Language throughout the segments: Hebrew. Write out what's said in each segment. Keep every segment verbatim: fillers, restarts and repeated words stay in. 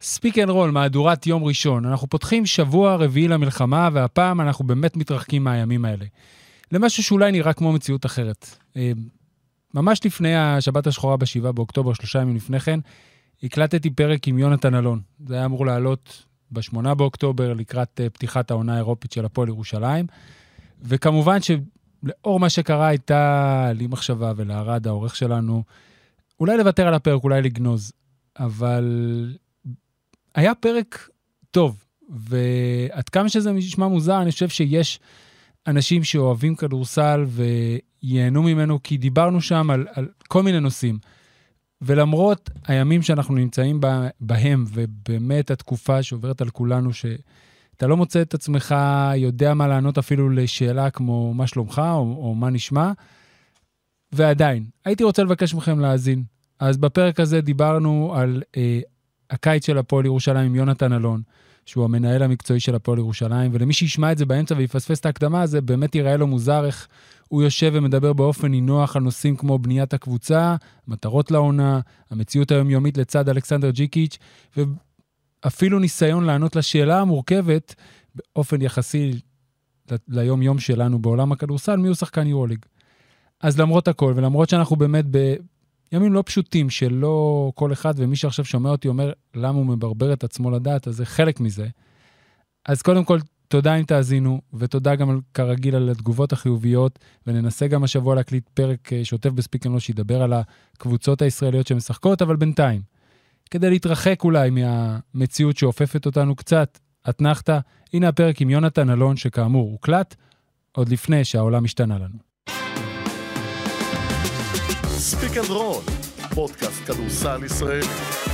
ספיק אנד רול, מהדורת יום ראשון. אנחנו פותחים שבוע רביעי למלחמה, והפעם אנחנו באמת מתרחקים מהימים האלה. למשהו שאולי נראה כמו מציאות אחרת. ממש לפני השבת השחורה בשבעה באוקטובר, שלושה ימים לפני כן, הקלטתי פרק עם יונתן אלון. זה היה אמור לעלות בשמונה באוקטובר, לקראת פתיחת העונה האירופית של הפועל ירושלים. וכמובן שלאור מה שקרה הייתה לי מחשבה ולערד העורך שלנו, אולי לוותר על הפרק, אולי לגנוז. אבל היה פרק טוב, ועד כמה שזה נשמע מוזר, אני חושב שיש אנשים שאוהבים כדורסל וייהנו ממנו, כי דיברנו שם על, על כל מיני נושאים. ולמרות הימים שאנחנו נמצאים בהם, ובאמת התקופה שעוברת על כולנו, שאתה לא מוצא את עצמך, יודע מה לענות אפילו לשאלה כמו מה שלומך או, או מה נשמע, ועדיין, הייתי רוצה לבקש מכם להאזין. אז בפרק הזה דיברנו על אה, הקיץ של הפועל ירושלים עם יונתן אלון, שהוא המנהל המקצועי של הפועל ירושלים, ולמי שישמע את זה באמצע ויפספס את ההקדמה, זה באמת יראה לו מוזר איך הוא יושב ומדבר באופן נינוח על נושאים כמו בניית הקבוצה, מטרות לעונה, המציאות היומיומית לצד אלכסנדר ג'יקיץ', ואפילו ניסיון לענות לשאלה המורכבת באופן יחסי ליום יום שלנו בעולם הכדורסל, מי הוא שחקן יורוליג. אז למרות הכל, ולמרות שאנחנו באמת בימים לא פשוטים, שלא כל אחד, ומי שעכשיו שומע אותי אומר למה הוא מברבר את עצמו לדעת, אז זה חלק מזה. אז קודם כל, תודה אם תאזינו, ותודה גם כרגיל על התגובות החיוביות, וננסה גם השבוע להקליט פרק שוטף בספיק אנד רול, שידבר על הקבוצות הישראליות שמשחקות, אבל בינתיים, כדי להתרחק אולי מהמציאות שאופפת אותנו קצת, אתנחת, הנה הפרק עם יונתן אלון, שכאמור הוקלט, עוד לפני שהעולם השתנה לנו. ספיק אנד רול, פודקאסט כדורסל ישראלי.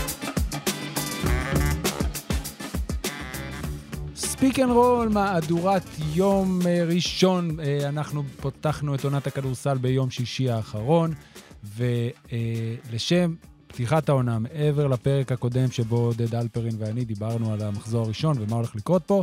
ספיק אנד רול, מהדורת יום ראשון, אנחנו פותחנו את עונת הכדורסל ביום שישי האחרון, ולשם פתיחת העונה, מעבר לפרק הקודם שבו דד אלפרין ואני דיברנו על המחזור הראשון ומה הולך לקרות פה,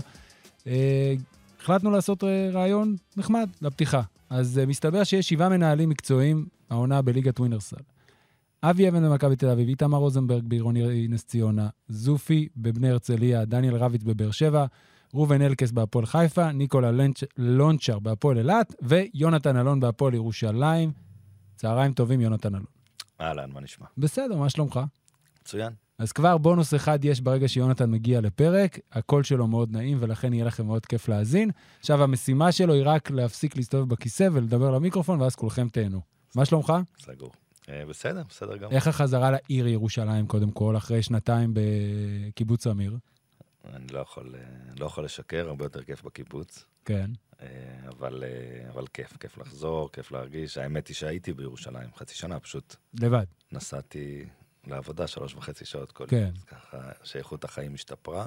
החלטנו לעשות רעיון נחמד לפתיחה. אז מסתבר שיש שבעה מנהלים מקצועיים, העונה בליגת ווינרסל. אבי אבן במכבי תל אביב, איתמר רוזנברג בעירוני נס ציונה, זופי בבני הרצליה, דניאל רביץ בבאר שבע, רובן אלקס בהפועל חיפה, ניקולה לונצ'ר בהפועל אילת, ויונתן אלון בהפועל ירושלים. צהריים טובים, יונתן אלון. אהלן, מה נשמע? בסדר, מה שלומך? מצוין. אז כבר בונוס אחד יש ברגע שיונתן מגיע לפרק, הקול שלו מאוד נעים, ולכן יהיה לכם מאוד כיף להאזין. עכשיו, המשימה שלו היא רק להפסיק להסתובב בכיסא ולדבר למיקרופון, ואז כולכם תהנו. מה שלומך? סגור. בסדר, בסדר גם. איך החזרה לעיר ירושלים, קודם כל, אחרי שנתיים בקיבוץ אמיר? אני לא יכול, לא יכול לשקר, הרבה יותר כיף בקיבוץ. כן. אבל, אבל כיף, כיף לחזור, כיף להרגיש. האמת היא שהייתי בירושלים חצי שנה, פשוט. לבד. נסעתי לעבודה שלוש וחצי שעות כל כן. יום. אז ככה שאיכות החיים השתפרה,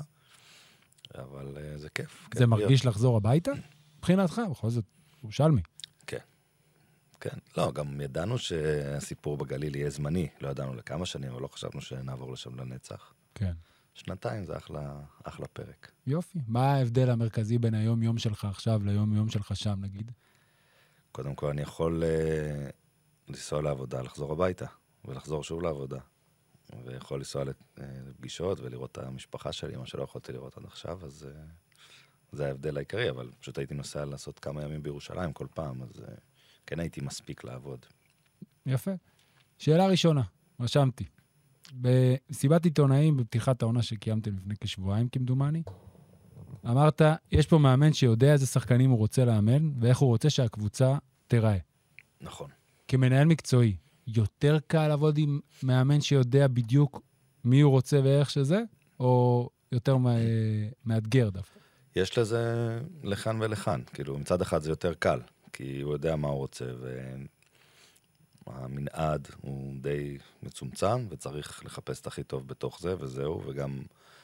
אבל זה כיף. זה מרגיש לחזור הביתה? מבחינתך, בכל זאת, ירושלמי. כן. כן. לא, גם ידענו שהסיפור בגליל יהיה זמני. לא ידענו לכמה שנים, אבל לא חשבנו שנעבור לשם לנצח. כן. שנתיים זה אחלה, אחלה פרק. יופי. מה ההבדל המרכזי בין היום-יום שלך עכשיו ליום-יום שלך שם, נגיד? קודם כל, אני יכול אה, לנסוע לעבודה, לחזור הביתה, ולחזור שוב לעבודה. ויכול לנסוע לפגישות ולראות את המשפחה שלי, מה שלא יכולתי לראות עד עכשיו, אז אה, זה ההבדל העיקרי, אבל פשוט הייתי נוסע לעשות כמה ימים בירושלים כל פעם, אז אה, כן הייתי מספיק לעבוד. יפה. שאלה ראשונה, רשמתי. בסיבת עיתונאים בפתיחת העונה שקיימתם לפני כשבועיים כמדומני, אמרת, יש פה מאמן שיודע איזה שחקנים הוא רוצה לאמן, ואיך הוא רוצה שהקבוצה תיראה. נכון. כמנהל מקצועי, יותר קל לעבוד עם מאמן שיודע בדיוק מי הוא רוצה ואיך שזה, או יותר מאתגר דווקא? יש לזה לכאן ולכאן. כאילו, מצד אחד זה יותר קל, כי הוא יודע מה הוא רוצה, ו... המנעד הוא די מצומצם, וצריך לחפש את הכי טוב בתוך זה, וזהו, וגם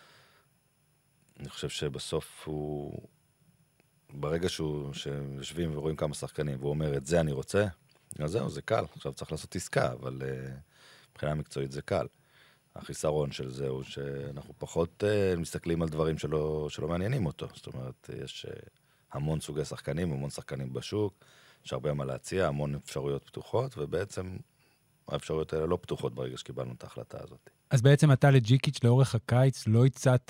אני חושב שבסוף הוא, ברגע שהוא, שיושבים ורואים כמה שחקנים, והוא אומר, את זה אני רוצה, אז זהו, זה קל. עכשיו צריך לעשות עסקה, אבל uh, מבחינה מקצועית זה קל. החיסרון של זה הוא שאנחנו פחות uh, מסתכלים על דברים שלא, שלא מעניינים אותו. זאת אומרת, יש uh, המון סוגי שחקנים, המון שחקנים בשוק, יש הרבה מה להציע, המון אפשרויות פתוחות, ובעצם האפשרויות האלה לא פתוחות ברגע שקיבלנו את ההחלטה הזאת. אז בעצם אתה לג'יקיץ' לאורך הקיץ לא הצעת,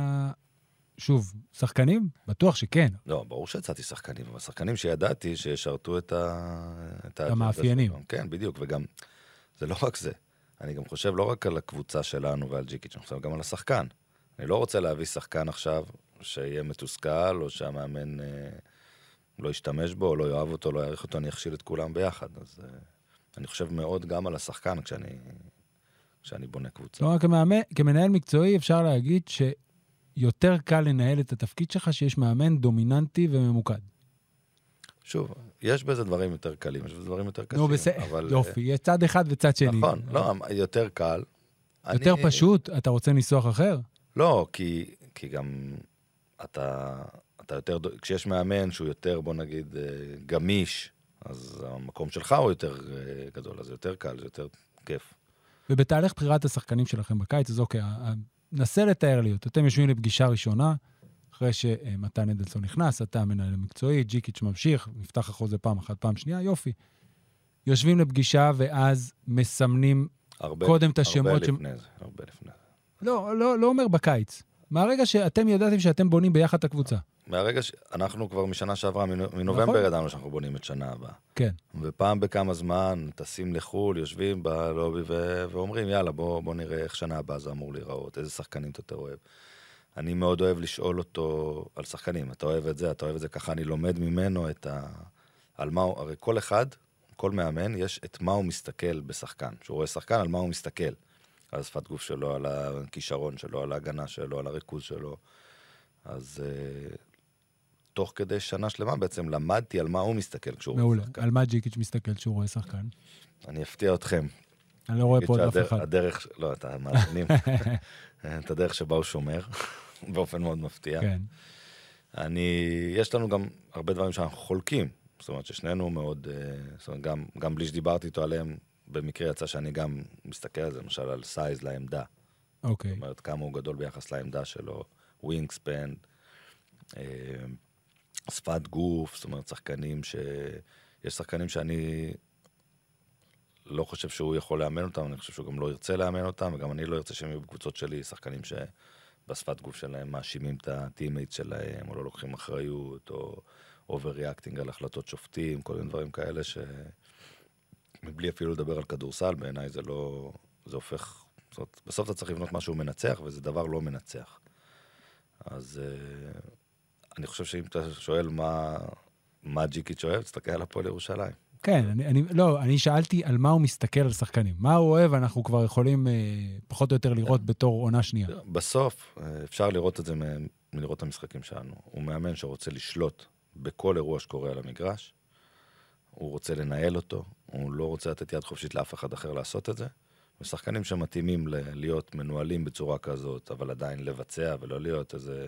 שוב, שחקנים? בטוח שכן. לא, ברור שהצעתי שחקנים, אבל שחקנים שידעתי שישרתו את ה... את המאפיינים. כן, בדיוק, וגם, זה לא רק זה. אני גם חושב לא רק על הקבוצה שלנו ועל ג'יקיץ', אני חושב גם על השחקן. אני לא רוצה להביא שחקן עכשיו שיהיה מתוסכל, או שהמאמן אה, לא ישתמש בו, או לא יאהב אותו, לא יעריך אותו, אני אכשיל את כולם ביחד. אז אה, אני חושב מאוד גם על השחקן כשאני, כשאני בונה קבוצה. לא, כמאמן, כמנהל מקצועי אפשר להגיד שיותר קל לנהל את התפקיד שלך שיש מאמן דומיננטי וממוקד. שוב, יש בזה דברים יותר קלים, יש בזה דברים יותר קשים. נו, בסדר, אבל... יופי, יש צד אחד וצד שני. נכון, לא, יותר קל. יותר אני... פשוט, אתה רוצה ניסוח אחר? לא, כי, כי גם אתה, אתה יותר, כשיש מאמן שהוא יותר, בוא נגיד, גמיש, אז המקום שלך הוא יותר גדול, אז זה יותר קל, זה יותר כיף. ובתהליך בחירת השחקנים שלכם בקיץ, אז אוקיי, נסה לתאר לי, אתם יושבים לפגישה ראשונה, אחרי שמתן אדלסון נכנס, אתה המנהל המקצועי, ג'יקיץ' ממשיך, נפתח החוזה פעם אחת, פעם שנייה, יופי. יושבים לפגישה ואז מסמנים הרבה, קודם את השמות. הרבה לפני זה, הרבה לפני זה. לא, לא, לא אומר בקיץ. מהרגע שאתם ידעתם שאתם בונים ביחד את הקבוצה. מהרגע שאנחנו כבר משנה שעברה, מנובמבר ידענו שאנחנו בונים את שנה הבאה. כן. ופעם בכמה זמן, טסים לחול, יושבים בלובי ו... ואומרים, יאללה, בוא, בוא נראה איך שנה הבאה זה אמור להיראות, איזה שחקנים אתה יותר אוהב. אני מאוד אוהב לשאול אותו על שחקנים, אתה אוהב את זה, אתה אוהב את זה, ככה אני לומד ממנו את ה... על מה הוא, הרי כל אחד, כל מאמן, יש את מה הוא מסתכל בשחקן. כשהוא רואה שחקן, על מה הוא מסתכל. על השפת גוף שלו, על הכישרון שלו, על ההגנה שלו, על הריכוז שלו. אז uh, תוך כדי שנה שלמה בעצם למדתי על מה הוא מסתכל כשהוא רואה מעולה. שחקן. על מה ג'יקיץ' מסתכל כשהוא רואה שחקן? אני אפתיע אתכם. אני לא רואה פה עוד אף אחד. הדרך, לא, אתה מאזינים. את הדרך שבה הוא שומר, באופן מאוד מפתיע. כן. אני, יש לנו גם הרבה דברים שאנחנו חולקים. זאת אומרת ששנינו מאוד, זאת אומרת, גם, גם בלי שדיברתי איתו עליהם, במקרה יצא שאני גם מסתכל על זה, למשל על סייז לעמדה. אוקיי. זאת אומרת, כמה הוא גדול ביחס לעמדה שלו, ווינג ספן, שפת גוף, זאת אומרת, שחקנים ש... יש שחקנים שאני לא חושב שהוא יכול לאמן אותם, אני חושב שהוא גם לא ירצה לאמן אותם, וגם אני לא ירצה שהם יהיו בקבוצות שלי, שחקנים שבשפת גוף שלהם מאשימים את הטימייט שלהם, או לא לוקחים אחריות, או אובר-ריאקטינג על החלטות שופטים, כל מיני דברים כאלה ש... מבלי אפילו לדבר על כדורסל, בעיניי זה לא... זה הופך... זאת אומרת, בסוף אתה צריך לבנות משהו מנצח, וזה דבר לא מנצח. אז uh, אני חושב שאם אתה שואל מה, מה ג'יקיץ' אוהב, תסתכל על הפועל ירושלים. כן, אני, אני, לא, אני שאלתי על מה הוא מסתכל על שחקנים. מה הוא אוהב, אנחנו כבר יכולים אה, פחות או יותר לראות בתור עונה שנייה. בסוף, אפשר לראות את זה מ- מלראות את המשחקים שלנו. הוא מאמן שרוצה לשלוט בכל אירוע שקורה על המגרש, הוא רוצה לנהל אותו, הוא לא רוצה לתת יד חופשית לאף אחד אחר לעשות את זה, ושחקנים שמתאימים ל- להיות מנוהלים בצורה כזאת, אבל עדיין לבצע ולא להיות איזה...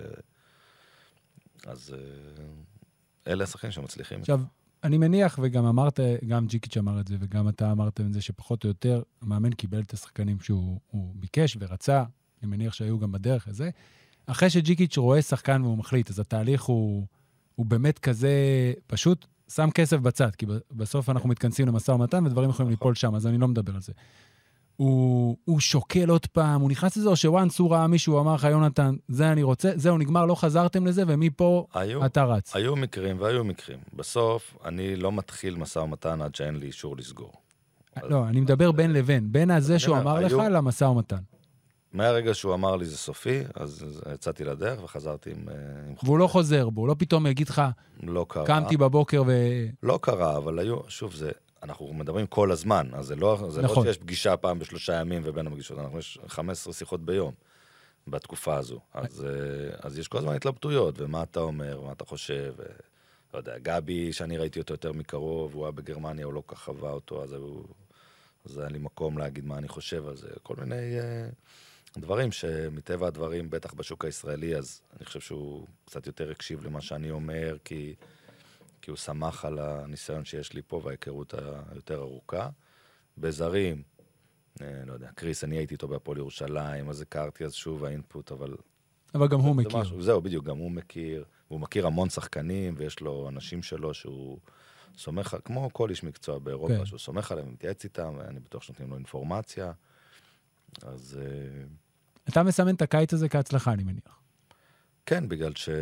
אז אלה השחקנים שמצליחים. עכשיו, אני מניח, וגם אמרת, גם ג'יקיץ' אמר את זה, וגם אתה אמרתם את זה, שפחות או יותר, המאמן קיבל את השחקנים שהוא ביקש ורצה, אני מניח שהיו גם בדרך הזה. אחרי שג'יקיץ' רואה שחקן והוא מחליט, אז התהליך הוא, הוא באמת כזה, פשוט שם כסף בצד, כי בסוף אנחנו מתכנסים למשא ומתן, ודברים יכולים ליפול שם, אז אני לא מדבר על זה. הוא, הוא שוקל עוד פעם, הוא נכנס לזה, או שוואנס הוא ראה מישהו, הוא אמר לך, יונתן, זה אני רוצה, זהו, נגמר, לא חזרתם לזה, ומפה היו, אתה רץ. היו מקרים והיו מקרים. בסוף, אני לא מתחיל משא ומתן עד שאין לי אישור לסגור. לא, אני מדבר בין לבין, בין הזה שהוא אמר לך למשא ומתן. מהרגע שהוא אמר לי זה סופי, אז יצאתי לדרך וחזרתי עם... והוא לא חוזר בו, לא פתאום יגיד לך, לא קרה. קמתי בבוקר ו... לא קרה, אבל היו, שוב, זה... אנחנו מדברים כל הזמן, אז זה לא, זה נכון. לא שיש פגישה פעם בשלושה ימים ובין הפגישות, אנחנו יש חמש עשרה שיחות ביום בתקופה הזו. אז, אז יש כל הזמן התלבטויות, ומה אתה אומר, ומה אתה חושב, ו... לא יודע, גבי, שאני ראיתי אותו יותר מקרוב, הוא היה בגרמניה, הוא לא כך חווה אותו, אז, הוא... אז היה לי מקום להגיד מה אני חושב על זה. כל מיני uh, דברים שמטבע הדברים, בטח בשוק הישראלי, אז אני חושב שהוא קצת יותר הקשיב למה שאני אומר, כי... כי הוא שמח על הניסיון שיש לי פה וההיכרות היותר ארוכה. בזרים, לא יודע, קריס, אני הייתי איתו בהפועל ירושלים, אז הכרתי אז שוב האינפוט, אבל... אבל גם הוא מכיר. משהו, זהו, בדיוק, גם הוא מכיר, והוא מכיר המון שחקנים, ויש לו אנשים שלו שהוא סומך, כמו כל איש מקצוע באירופה, כן. שהוא סומך עליהם, מתייעץ איתם, ואני בטוח שנותנים לו אינפורמציה. אז... אתה מסמן את הקיץ הזה כהצלחה, אני מניח. כן, בגלל ש...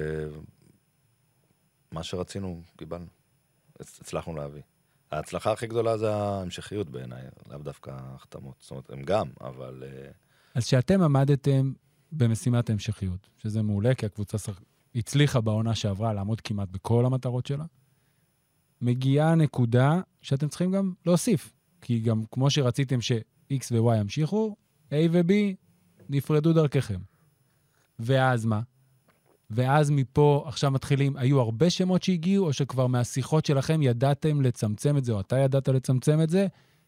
מה שרצינו, קיבלנו. הצלחנו להביא. ההצלחה הכי גדולה זה ההמשכיות בעיניי, לאו דווקא החתמות. זאת אומרת, הם גם, אבל... אז שאתם עמדתם במשימת ההמשכיות, שזה מעולה, כי הקבוצה הצליחה בעונה שעברה לעמוד כמעט בכל המטרות שלה, מגיעה נקודה שאתם צריכים גם להוסיף. כי גם כמו שרציתם ש-X ו-Y ימשיכו, A ו-B נפרדו דרככם. ואז מה? ואז מפה עכשיו מתחילים, היו הרבה שמות שהגיעו, או שכבר מהשיחות שלכם ידעתם לצמצם את זה, או אתה ידעת לצמצם את זה,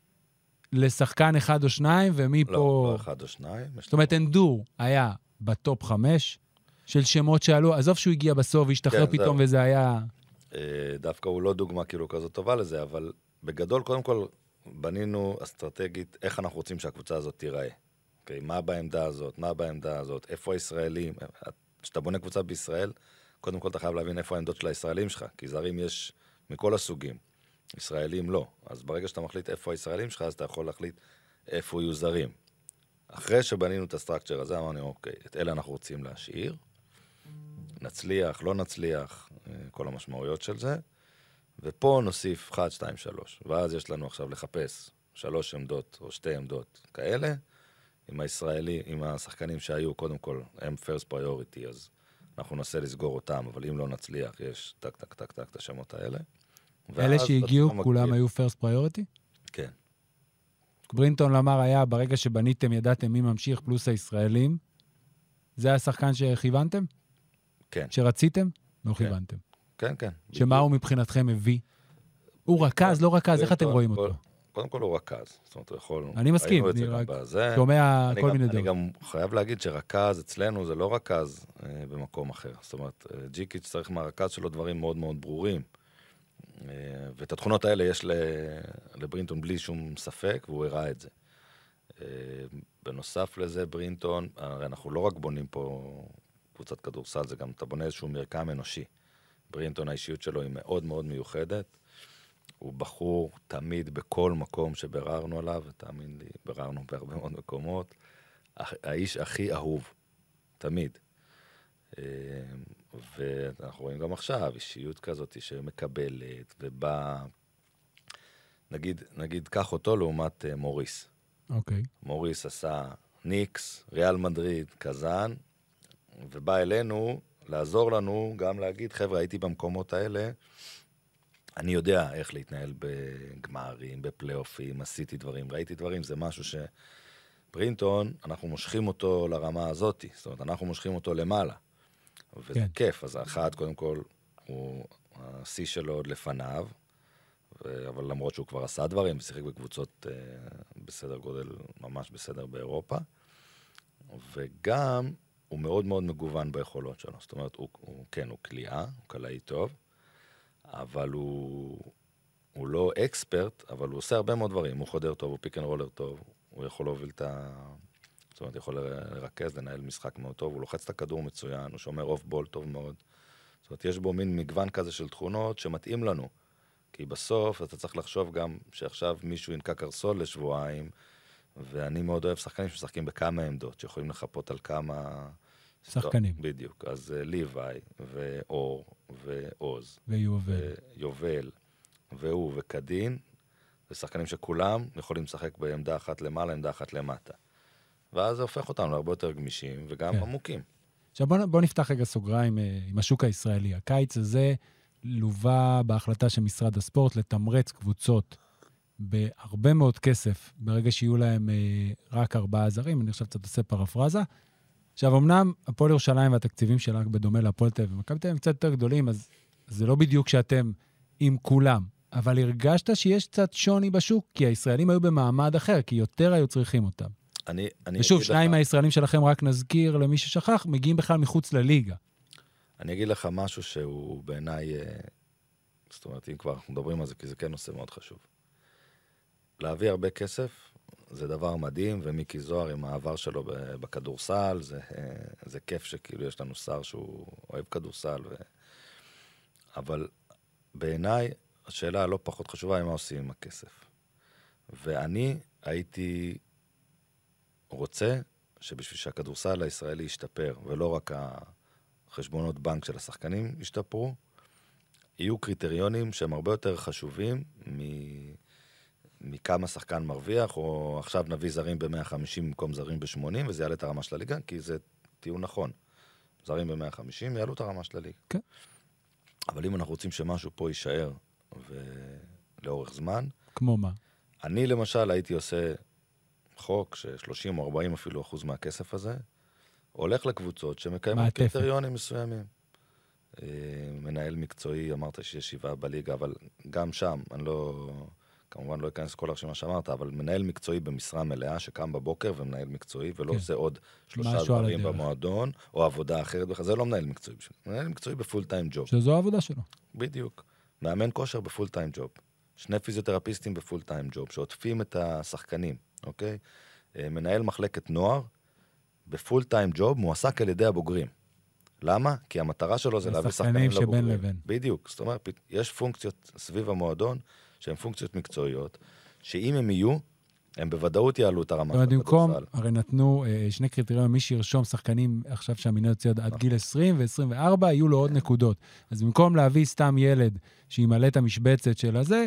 לשחקן אחד או שניים, ומפה... לא, לא אחד או שניים. זאת אומרת, אנדור היה בטופ חמש של שמות שעלו, עזוב שהוא הגיע בסוף, והשתחרר כן, פתאום, זהו. וזה היה... דווקא הוא לא דוגמה כאילו כזאת טובה לזה, אבל בגדול, קודם כל, בנינו אסטרטגית איך אנחנו רוצים שהקבוצה הזאת תיראה. אוקיי, מה בעמדה הזאת, מה בעמדה הזאת, איפה הישראלים, כשאתה בונה קבוצה בישראל, קודם כל אתה חייב להבין איפה העמדות של הישראלים שלך, כי זרים יש מכל הסוגים, ישראלים לא. אז ברגע שאתה מחליט איפה הישראלים שלך, אז אתה יכול להחליט איפה יהיו זרים. אחרי שבנינו את הסטרקצ'ר הזה, אמרנו, אוקיי, את אלה אנחנו רוצים להשאיר, נצליח, לא נצליח, כל המשמעויות של זה, ופה נוסיף אחת, שתיים, שלוש, ואז יש לנו עכשיו לחפש שלוש עמדות או שתי עמדות כאלה, עם הישראלי, עם השחקנים שהיו, קודם כל, הם first priority, אז אנחנו ננסה לסגור אותם, אבל אם לא נצליח, יש טק, טק, טק, טק, את השמות האלה. אלה שהגיעו, כולם היו first priority? כן. ברינטון למר היה, ברגע שבניתם, ידעתם מי ממשיך, פלוס הישראלים, זה השחקן שכיוונתם? כן. שרציתם? לא כיוונתם. כן, כן. שמה הוא מבחינתכם הביא? הוא רכז, לא רכז, איך אתם רואים אותו? קודם כל הוא רכז, זאת אומרת, הוא יכול... אני מסכים, אני רק שומע כל מיני דעות. אני גם חייב להגיד שרכז אצלנו זה לא רכז במקום אחר. זאת אומרת, ג'יקיץ' צריך מהרכז שלו דברים מאוד מאוד ברורים. ואת התכונות האלה יש לברינטון בלי שום ספק, והוא הראה את זה. בנוסף לזה, ברינטון, הרי אנחנו לא רק בונים פה קבוצת כדורסל, זה גם אתה בונה איזשהו מרקם אנושי. ברינטון, האישיות שלו היא מאוד מאוד מיוחדת. הוא בחור תמיד בכל מקום שבררנו עליו, ותאמין לי, בררנו בהרבה מאוד מקומות, האיש הכי אהוב, תמיד. ואנחנו רואים גם עכשיו, אישיות כזאת שמקבלת, ובא, נגיד, נגיד, קח אותו לעומת מוריס. אוקיי. מוריס עשה ניקס, ריאל מדריד, קזן, ובא אלינו לעזור לנו גם להגיד, חבר'ה, הייתי במקומות האלה, אני יודע איך להתנהל בגמרים, בפלייאופים, עשיתי דברים, ראיתי דברים, זה משהו שברינטון, אנחנו מושכים אותו לרמה הזאת, זאת אומרת, אנחנו מושכים אותו למעלה, וזה כן. כיף, אז האחד, קודם כל, הוא, השיא שלו עוד לפניו, אבל למרות שהוא כבר עשה דברים, ושיחק בקבוצות אה, בסדר גודל, ממש בסדר באירופה, וגם הוא מאוד מאוד מגוון ביכולות שלו, זאת אומרת, הוא, הוא כן, הוא קליעה, הוא קלעי טוב, אבל הוא, הוא לא אקספרט, אבל הוא עושה הרבה מאוד דברים. הוא חודר טוב, הוא פיק אנד רולר טוב, הוא יכול להוביל את ה... זאת אומרת, יכול לרכז, לנהל משחק מאוד טוב, הוא לוחץ את הכדור מצוין, הוא שומר אוף בול טוב מאוד. זאת אומרת, יש בו מין מגוון כזה של תכונות שמתאים לנו. כי בסוף אתה צריך לחשוב גם שעכשיו מישהו ינקה קרסול לשבועיים, ואני מאוד אוהב שחקנים שמשחקים בכמה עמדות, שיכולים לחפות על כמה... שחקנים. בדיוק. אז ליוואי, ואור, ועוז. ויובל. ויובל, והוא, וקדין, זה שחקנים שכולם יכולים לשחק בעמדה אחת למעלה, עמדה אחת למטה. ואז זה הופך אותנו להרבה יותר גמישים, וגם כן. עמוקים. עכשיו בוא, בוא נפתח רגע סוגריים עם השוק הישראלי. הקיץ הזה לובה בהחלטה של משרד הספורט לתמרץ קבוצות בהרבה מאוד כסף, ברגע שיהיו להם רק ארבעה זרים, אני עכשיו קצת עושה פרפרזה, עכשיו, אמנם הפועל ירושלים והתקציבים שלה בדומה להפועל תל אביב, ומכבי תל אביב הם קצת יותר גדולים, אז זה לא בדיוק שאתם עם כולם, אבל הרגשת שיש קצת שוני בשוק, כי הישראלים היו במעמד אחר, כי יותר היו צריכים אותם. אני, אני ושוב, שניים לך... מהישראלים שלכם, רק נזכיר למי ששכח, מגיעים בכלל מחוץ לליגה. אני אגיד לך משהו שהוא בעיניי, זאת אומרת, אם כבר אנחנו מדברים על זה, כי זה כן נושא מאוד חשוב. להביא הרבה כסף, זה דבר מדהים, ומיקי זוהר עם העבר שלו בכדורסל, זה, זה כיף שכאילו יש לנו שר שהוא אוהב כדורסל, ו... אבל בעיניי השאלה הלא פחות חשובה היא מה עושים עם הכסף. ואני הייתי רוצה שבשביל שהכדורסל הישראלי ישתפר, ולא רק החשבונות בנק של השחקנים ישתפרו, יהיו קריטריונים שהם הרבה יותר חשובים מ... מכמה שחקן מרוויח, או עכשיו נביא זרים ב-מאה וחמישים במקום זרים ב-שמונים, וזה יעלה את הרמה של הליגה, כי זה טיעון נכון. זרים ב-מאה וחמישים יעלו את הרמה של הליגה. כן. אבל אם אנחנו רוצים שמשהו פה יישאר, ולאורך זמן... כמו מה? אני למשל הייתי עושה חוק ש-שלושים או ארבעים אפילו אחוז מהכסף הזה, הולך לקבוצות שמקיימות קריטריונים מסוימים. מנהל מקצועי, אמרת שיש שבעה בליגה, אבל גם שם, אני לא... כמובן לא אכנס כל הרשימה שאמרת, אבל מנהל מקצועי במשרה מלאה, שקם בבוקר ומנהל מקצועי, ולא עושה עוד שלושה דברים במועדון, או עבודה אחרת בכלל, זה לא מנהל מקצועי. מנהל מקצועי בפול טיים ג'וב. שזו העבודה שלו. בדיוק. מאמן כושר בפול טיים ג'וב. שני פיזיותרפיסטים בפול טיים ג'וב, שעוטפים את השחקנים, אוקיי? מנהל מחלקת נוער, בפול טיים ג'וב, מועסק על ידי הבוגרים. למה? כי המטרה שלו זה להביא שחקנים לבוגרים. לבין. בדיוק. זאת אומרת, יש פונקציות סביב המועדון, שהן פונקציות מקצועיות, שאם הם יהיו, הם בוודאות יעלו את הרמה. במקום, הרי נתנו שני קריטריונים, מי שירשום שחקנים עכשיו שהמינהל יוצא עד גיל עשרים ו-עשרים וארבע, יהיו לו עוד נקודות. אז במקום להביא סתם ילד שימלא את המשבצת של הזה,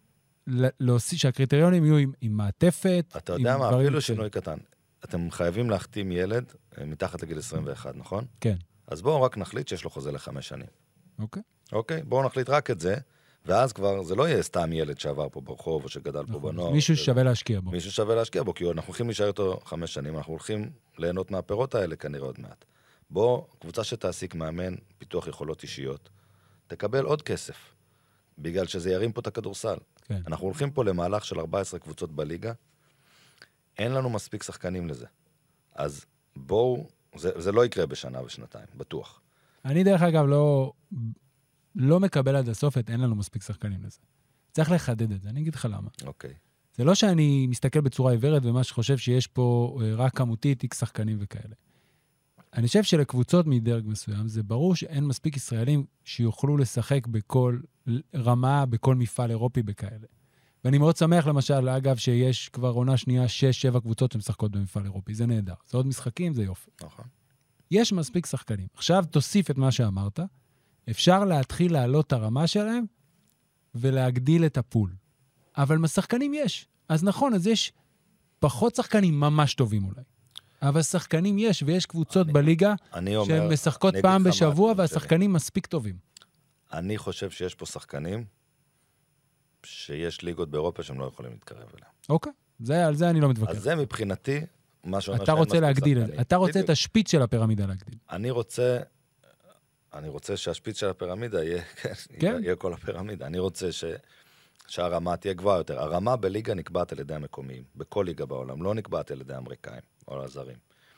שהקריטריונים יהיו עם מעטפת. אתה יודע מה, אפילו שינוי קטן. אתם חייבים להחתים ילד מתחת לגיל עשרים ואחת, נכון? כן. אז בואו רק נחליט שיש לו חוזה לחמש שנים. אוקיי. אוקיי, בואו נחליט רק את זה, ואז כבר זה לא יהיה סתם ילד שעבר פה ברחוב או שגדל פה בנוער. מישהו ששווה להשקיע בו. מישהו ששווה להשקיע בו, כי אנחנו הולכים להישאר אותו חמש שנים, אנחנו הולכים ליהנות מהפירות האלה כנראה עוד מעט. בוא, קבוצה שתעסיק מאמן, פיתוח יכולות אישיות, תקבל עוד כסף, בגלל שזה ירים פה את הכדורסל. כן. אנחנו הולכים פה למהלך של ארבע עשרה קבוצות בליגה, אין לנו מספיק שחקנים לזה. אז בואו, זה, זה לא יקרה בשנה ושנתיים, בטוח. אני דרך אגב לא... לא מקבל עד הסוף את אין לנו מספיק שחקנים לזה. צריך לחדד את זה, אני אגיד לך למה. אוקיי. זה לא שאני מסתכל בצורה עיוורת ומה שחושב שיש פה רק כמותית, איקס שחקנים וכאלה. אני חושב שלקבוצות מדרג מסוים, זה ברור שאין מספיק ישראלים שיוכלו לשחק בכל רמה, בכל מפעל אירופי בכאלה. ואני מאוד שמח למשל, אגב, שיש כבר עונה שנייה, שש, שבע קבוצות שמשחקות במפעל אירופי. זה נהדר. זה עוד משחקים, זה יופי. נכון. יש מספיק שחקנים. עכשיו תוסיף את מה שאמרת, אפשר להתחיל לעלות את הרמה שלהם ולהגדיל את הפול. אבל משחקנים יש. אז נכון, אז יש פחות שחקנים ממש טובים אולי. אבל שחקנים יש, ויש קבוצות אני, בליגה אני אומר, שהן משחקות פעם בשבוע, והשחקנים שלי. מספיק טובים. אני חושב שיש פה שחקנים שיש ליגות באירופה שהם לא יכולים להתקרב אליהם. אוקיי, זה, על זה אני לא מתווכח. אז זה מבחינתי, מה שאומר אתה רוצה להגדיל את זה. אתה רוצה את השפיץ של הפירמידה להגדיל. אני רוצה... אני רוצה שהשפיץ של הפירמידה יהיה, כן? יהיה כל הפירמידה. אני רוצה ש, שהרמה תהיה גבוהה יותר. הרמה בליגה נקבעת על ידי המקומיים. בכל ליגה בעולם. לא נקבעת על ידי האמריקאים או הזרים.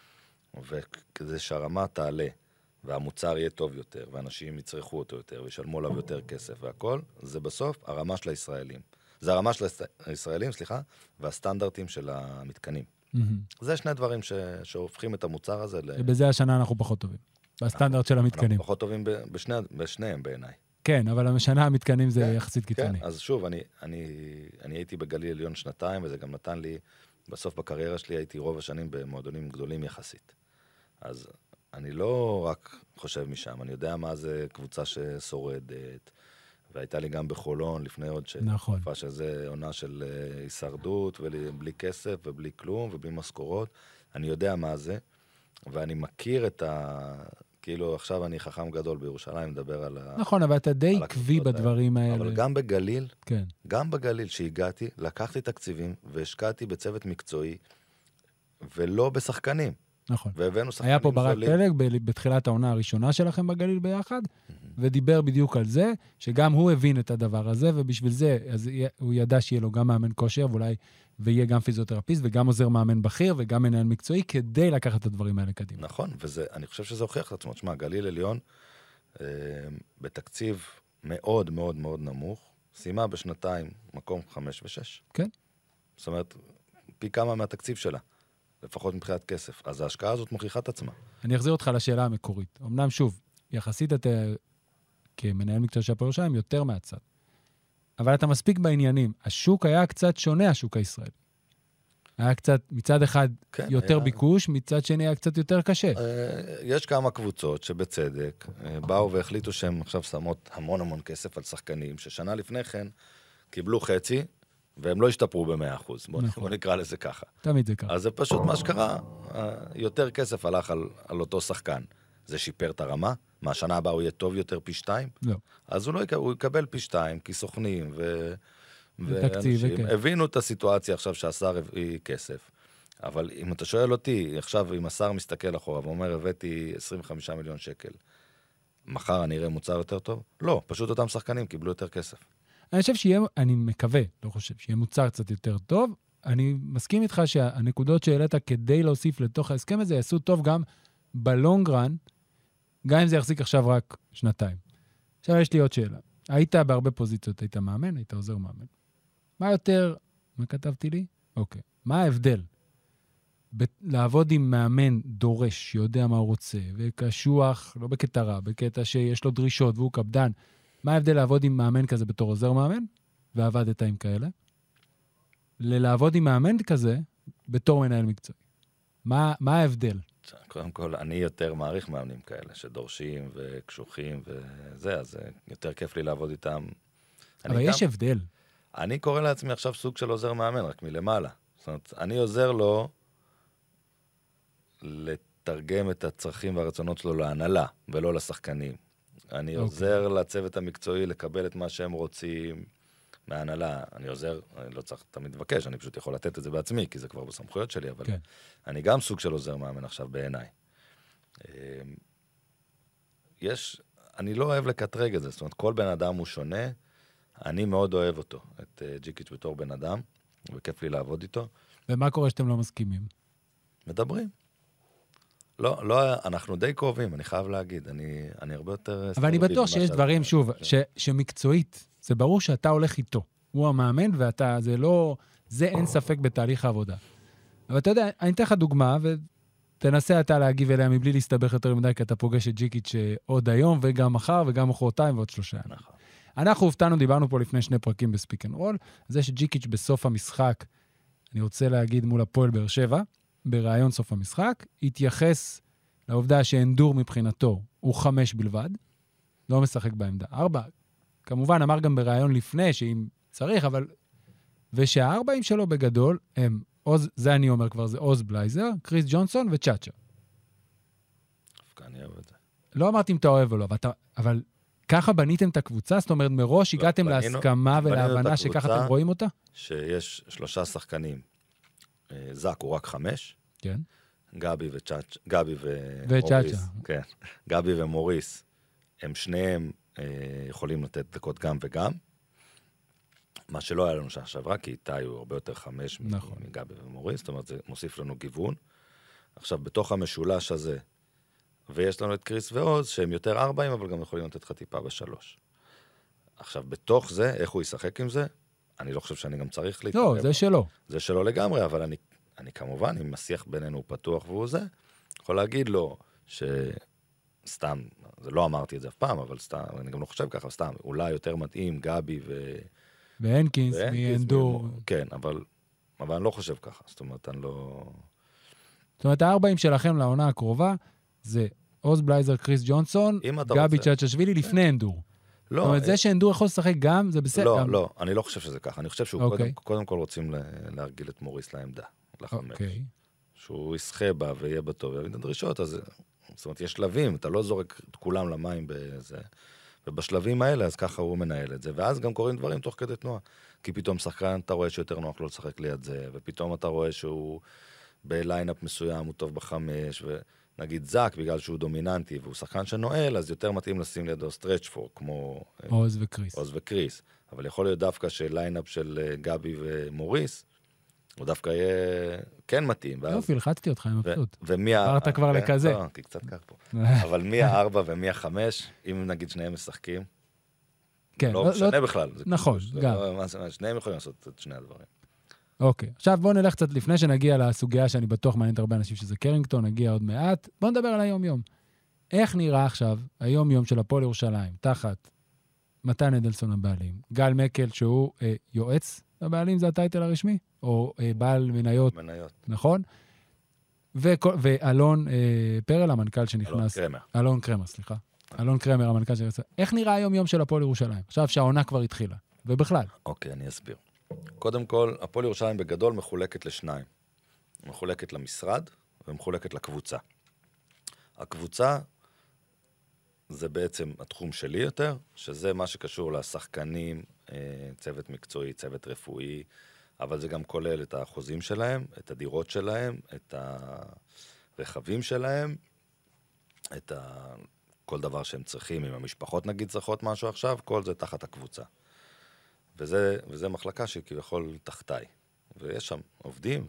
וכדי שהרמה תעלה, והמוצר יהיה טוב יותר, ואנשים יצרכו אותו יותר, וישלמו עליו יותר כסף והכל, זה בסוף הרמה של הישראלים. זה הרמה של הישראלים, סליחה, והסטנדרטים של המתקנים. Mm-hmm. זה שני דברים ש, שהופכים את המוצר הזה ל... ובזה השנה אנחנו פחות טובים. בסטנדרט של המתקנים. אנחנו פחות טובים בשני, בשניהם בעיניי. כן, אבל המשנה המתקנים זה כן, יחסית קיצוני. כן, אז שוב, אני, אני, אני הייתי בגליל עליון שנתיים, וזה גם נתן לי, בסוף בקריירה שלי הייתי רוב השנים במועדונים גדולים יחסית. אז אני לא רק חושב משם, אני יודע מה זה קבוצה ששורדת, והייתה לי גם בחולון לפני עוד ש... נכון. תקופה שזה עונה של הישרדות, ובלי כסף, ובלי כלום, ובלי משכורות. אני יודע מה זה, ואני מכיר את ה... כאילו, עכשיו אני חכם גדול בירושלים, מדבר על ה... נכון, אבל אתה די עקבי בדברים האלה. אבל גם בגליל, כן. גם בגליל שהגעתי, לקחתי תקציבים, והשקעתי בצוות מקצועי, ולא בשחקנים. נכון. והבאנו שחקנים היה פה ברק פלג בתחילת העונה הראשונה שלכם בגליל ביחד, ודיבר בדיוק על זה, שגם הוא הבין את הדבר הזה, ובשביל זה, אז הוא ידע שיהיה לו גם מאמן כושר, ואולי, ויהיה גם פיזיותרפיסט, וגם עוזר מאמן בכיר, וגם מנהל מקצועי, כדי לקחת את הדברים האלה קדימה. נכון, ואני חושב שזה הוכיח את עצמו. תשמע, גליל עליון, אה, בתקציב מאוד מאוד מאוד נמוך, סיימה בשנתיים מקום חמש ושש. כן. זאת אומרת, פי כמה מהתקציב שלה. לפחות מבחינת כסף. אז ההשקעה הזאת מוכיחה את עצמה. אני אחזיר אותך לשאלה המקורית. אמנם שוב, יחסית אתה כמנהל מקצוע של הפועל ירושלים יותר מהצד. אבל אתה מספיק בעניינים. השוק היה קצת שונה, השוק הישראלי. היה קצת, מצד אחד, כן, יותר היה... ביקוש, מצד שני היה קצת יותר קשה. יש כמה קבוצות שבצדק באו והחליטו שהם עכשיו שמות המון המון כסף על שחקנים, ששנה לפני כן קיבלו חצי, והם לא השתפרו ב-מאה אחוז. בוא, נכון. בוא נקרא לזה ככה. תמיד זה ככה. אז זה פשוט מה שקרה. יותר כסף הלך על, על אותו שחקן. זה שיפר את הרמה. מהשנה הבאה הוא יהיה טוב יותר פי שתיים. לא. אז הוא, לא יקבל, הוא יקבל פי שתיים, כי סוכנים ו... ותקציב, ואנשים וכן. הבינו את הסיטואציה עכשיו שהשר הביא כסף. אבל אם אתה שואל אותי, עכשיו אם השר מסתכל אחורה ואומר, הבאתי עשרים וחמישה מיליון שקל, מחר אני אראה מוצר יותר טוב? לא, פשוט אותם שחקנים קיבלו יותר כסף. אני חושב שיהיה, אני מקווה, לא חושב, שיהיה מוצר קצת יותר טוב. אני מסכים איתך שהנקודות שהעלית כדי להוסיף לתוך ההסכם הזה, יעשו טוב גם בלונגרן, גם אם זה יחזיק עכשיו רק שנתיים. עכשיו יש לי עוד שאלה. היית בהרבה פוזיציות, היית מאמן, היית עוזר מאמן. מה יותר, מה כתבתי לי? אוקיי. מה ההבדל? ב- לעבוד עם מאמן דורש, שיודע מה הוא רוצה, וקשוח, לא בקטע רע, בקטע שיש לו דרישות והוא קפדן. מה ההבדל לעבוד עם מאמן כזה בתור עוזר מאמן, ועבדת עם כאלה? ללעבוד עם מאמן כזה בתור מנהל מקצועי. מה, מה ההבדל? קודם כל, אני יותר מעריך מאמנים כאלה, שדורשים וקשוחים וזה, אז יותר כיף לי לעבוד איתם. אבל יש גם... הבדל. אני קורא לעצמי עכשיו סוג של עוזר מאמן, רק מלמעלה. זאת אומרת, אני עוזר לו לתרגם את הצרכים והרצונות שלו להנהלה, ולא לשחקנים. אני okay. עוזר לצוות המקצועי לקבל את מה שהם רוצים מההנהלה. אני עוזר, אני לא צריך תמיד לבקש, אני פשוט יכול לתת את זה בעצמי, כי זה כבר בסמכויות שלי, אבל okay. אני גם סוג של עוזר מאמן עכשיו בעיניי. יש, אני לא אוהב לקטרג את זה, זאת אומרת, כל בן אדם הוא שונה, אני מאוד אוהב אותו, את ג'יקיץ' בתור בן אדם, וכיף לי לעבוד איתו. ומה קורה שאתם לא מסכימים? מדברים. לא, לא, אנחנו די קרובים, אני חייב להגיד, אני, אני הרבה יותר... אבל אני בטוח שיש דברים, שוב, ש, שמקצועית, זה ברור שאתה הולך איתו. הוא המאמן, ואתה, זה לא, זה אין ספק בתהליך העבודה. אבל אתה יודע, אני אתן לך דוגמה, ותנסה אתה להגיב אליה מבלי להסתבך יותר מדי, כי אתה פוגש את ג'יקיץ' עוד היום, וגם מחר, וגם מחרתיים, ועוד שלושה ימים. נכון. אנחנו הופתענו, דיברנו פה לפני שני פרקים בספיק אנד רול, זה שג'יקיץ' בסוף המשחק, אני רוצה להגיד מול הפועל באר שבע, ברעיון סוף המשחק, התייחס לעובדה שאנדור מבחינתו הוא חמש בלבד, לא משחק בעמדה. ארבע, כמובן אמר גם ברעיון לפני, שאם צריך, אבל... ושהארבעים שלו בגדול הם, עוז, זה אני אומר כבר, זה עוז בלייזר, קריס ג'ונסון וצ'אצ'ה. אני אוהב את זה. לא אמרתי אם אתה אוהב או לא, אבל, אבל ככה בניתם את הקבוצה? זאת אומרת, מראש הגעתם לא, להסכמה ולהבנה שככה אתם רואים אותה? שיש שלושה שחקנים. זק הוא רק חמש. כן. גבי וצ'אצ'ה, גבי ומוריס. כן. גבי ומוריס, הם שניהם אה, יכולים לתת דקות גם וגם. מה שלא היה לנו שעה שעברה, כי איתי הוא הרבה יותר חמש נכון. מגבי ומוריס, זאת אומרת, זה מוסיף לנו גיוון. עכשיו, בתוך המשולש הזה, ויש לנו את קריס ועוז, שהם יותר ארבעים, אבל גם יכולים לתת לך טיפה בשלוש. עכשיו, בתוך זה, איך הוא ישחק עם זה? אני לא חושב שאני גם צריך להתקרב. לא, זה שלו. זה שלו לגמרי, אבל אני, אני כמובן, אם השיח בינינו הוא פתוח והוא זה, יכול להגיד לו שסתם, זה לא אמרתי את זה אף פעם, אבל סתם, אני גם לא חושב ככה, סתם, אולי יותר מתאים גבי ו... והנקינס, מאנדור. כן, אבל, אבל אני לא חושב ככה, זאת אומרת, אני לא... זאת אומרת, הארבעים שלכם לעונה הקרובה, זה עוז בלייזר, קריס ג'ונסון, גבי צ'אצ'שווילי לפני אנדור. לא, זאת אומרת, זה שאנדור יכול לשחק גם, זה בסדר. לא, לא, אני לא חושב שזה ככה. אני חושב שהוא קודם, קודם כל רוצים להרגיל את מוריס לעמדה, לחמש. שהוא ישחה בה ויהיה בטוב, ויבין את הדרישות, אז זאת אומרת, יש שלבים, אתה לא זורק את כולם למים בזה, ובשלבים האלה, אז ככה הוא מנהל את זה, ואז גם קוראים דברים תוך כדי תנועה, כי פתאום שחקן, אתה רואה שיותר נוח לא לשחק ליד זה, ופתאום אתה רואה שהוא בליינאפ מסוים, הוא טוב בחמש, ונגיד זק, בגלל שהוא דומיננטי, והוא שחקן שנועל, אז יותר מתאים לשים לידו סטרץ' פור, כמו... עוז וקריס. עוז וקריס. אבל יכול להיות דווקא שליינאפ של גבי ומוריס, הוא דווקא יהיה כן מתאים. יופי, לחצתי אותך, אני מבסוט. ומי ה... עברת כבר לכזה. לא, כי קצת קר פה. אבל מי הארבע ומי החמש, אם נגיד שניהם משחקים, לא משנה בכלל. נכון, גם. שניהם יכולים לעשות את שני הדברים. אוקיי, עכשיו בואו נלך קצת לפני שנגיע לסוגיה שאני בטוח מעניינת הרבה אנשים שזה קרינגטון, נגיע עוד מעט. בואו נדבר על היום-יום. איך נראה עכשיו היום-יום של הפועל ירושלים, תחת מתן אדלסון הבעלים, גל מקל שהוא אה, יועץ הבעלים, זה הטייטל הרשמי, או אה, בעל מניות, מניות. נכון? וכל, ואלון אה, פרל, המנכ"ל שנכנס. אלון קרמר. אלון קרמר, סליחה. אלון קרמר, המנכ"ל שנכנס. איך נראה היום יום של הפועל ירושלים? עכשיו שהעונה כבר התחילה, ובכלל. אוקיי, אני אסביר. קודם כל, הפועל ירושלים בגדול מחולקת לשניים. מחולקת למשרד ומחולקת לקבוצה. הקבוצה זה בעצם התחום שלי יותר, שזה מה שקשור לשחקנים, צוות מקצועי, צוות רפואי, אבל זה גם כולל את החוזים שלהם, את הדירות שלהם, את הרכבים שלהם, את ה... כל דבר שהם צריכים, אם המשפחות נגיד צריכות משהו עכשיו, כל זה תחת הקבוצה. וזה, וזה מחלקה שכביכול תחתיי. ויש שם עובדים,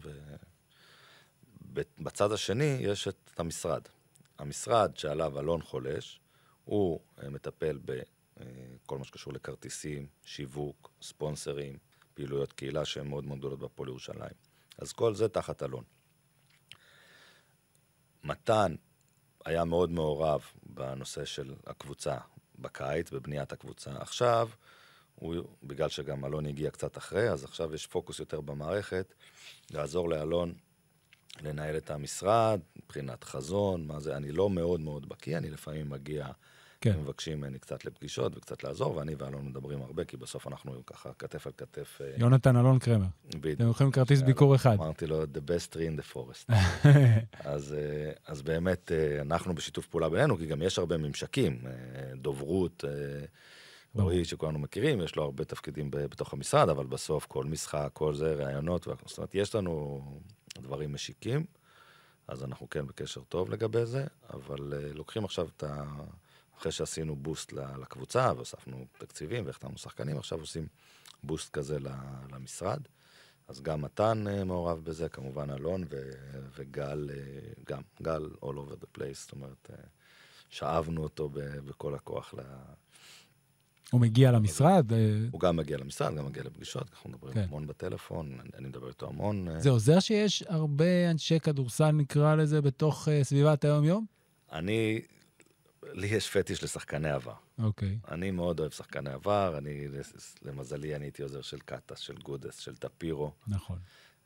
ובצד השני יש את המשרד. המשרד שעליו אלון חולש, הוא מטפל בכל מה שקשור לכרטיסים, שיווק, ספונסרים, פעילויות קהילה שהן מאוד מאוד גדולות בפועל ירושלים. אז כל זה תחת אלון. מתן היה מאוד מעורב בנושא של הקבוצה בקיץ, בבניית הקבוצה. עכשיו, הוא, בגלל שגם אלון הגיע קצת אחרי, אז עכשיו יש פוקוס יותר במערכת, לעזור לאלון לנהל את המשרד, מבחינת חזון, מה זה, אני לא מאוד מאוד בקיא, אני לפעמים מגיע, כן. הם מבקשים ממני קצת לפגישות וקצת לעזור, ואני ואלון מדברים הרבה, כי בסוף אנחנו ככה כתף על כתף. יונתן אלון קרמר. בדיוק. אתם יכולים כרטיס ביקור אחד. אמרתי לו, the best tree in the forest. אז, אז באמת, אנחנו בשיתוף פעולה בינינו, כי גם יש הרבה ממשקים, דוברות, רועי שכולנו מכירים, יש לו הרבה תפקידים בתוך המשרד, אבל בסוף כל משחק, כל זה, רעיונות, זאת אומרת, יש לנו דברים משיקים, אז אנחנו כן בקשר טוב לגבי זה, אבל לוקחים עכשיו את ה... אחרי שעשינו בוסט לקבוצה, והוספנו תקציבים והחתמנו שחקנים, עכשיו עושים בוסט כזה למשרד. אז גם מתן מעורב בזה, כמובן אלון ו- וגל, גם גל all over the place, זאת אומרת, שאבנו אותו ב- בכל הכוח. ל... הוא מגיע למשרד? הוא גם מגיע למשרד, גם מגיע לפגישות, אנחנו מדברים כן. המון בטלפון, אני מדבר איתו המון. זה עוזר שיש הרבה אנשי כדורסל, נקרא לזה, בתוך סביבת היום-יום? אני... לי יש פטיש לשחקני עבר. אוקיי. אני מאוד אוהב שחקני עבר, אני, למזלי, אני הייתי עוזר של קטס, של גודס, של טפירו. נכון.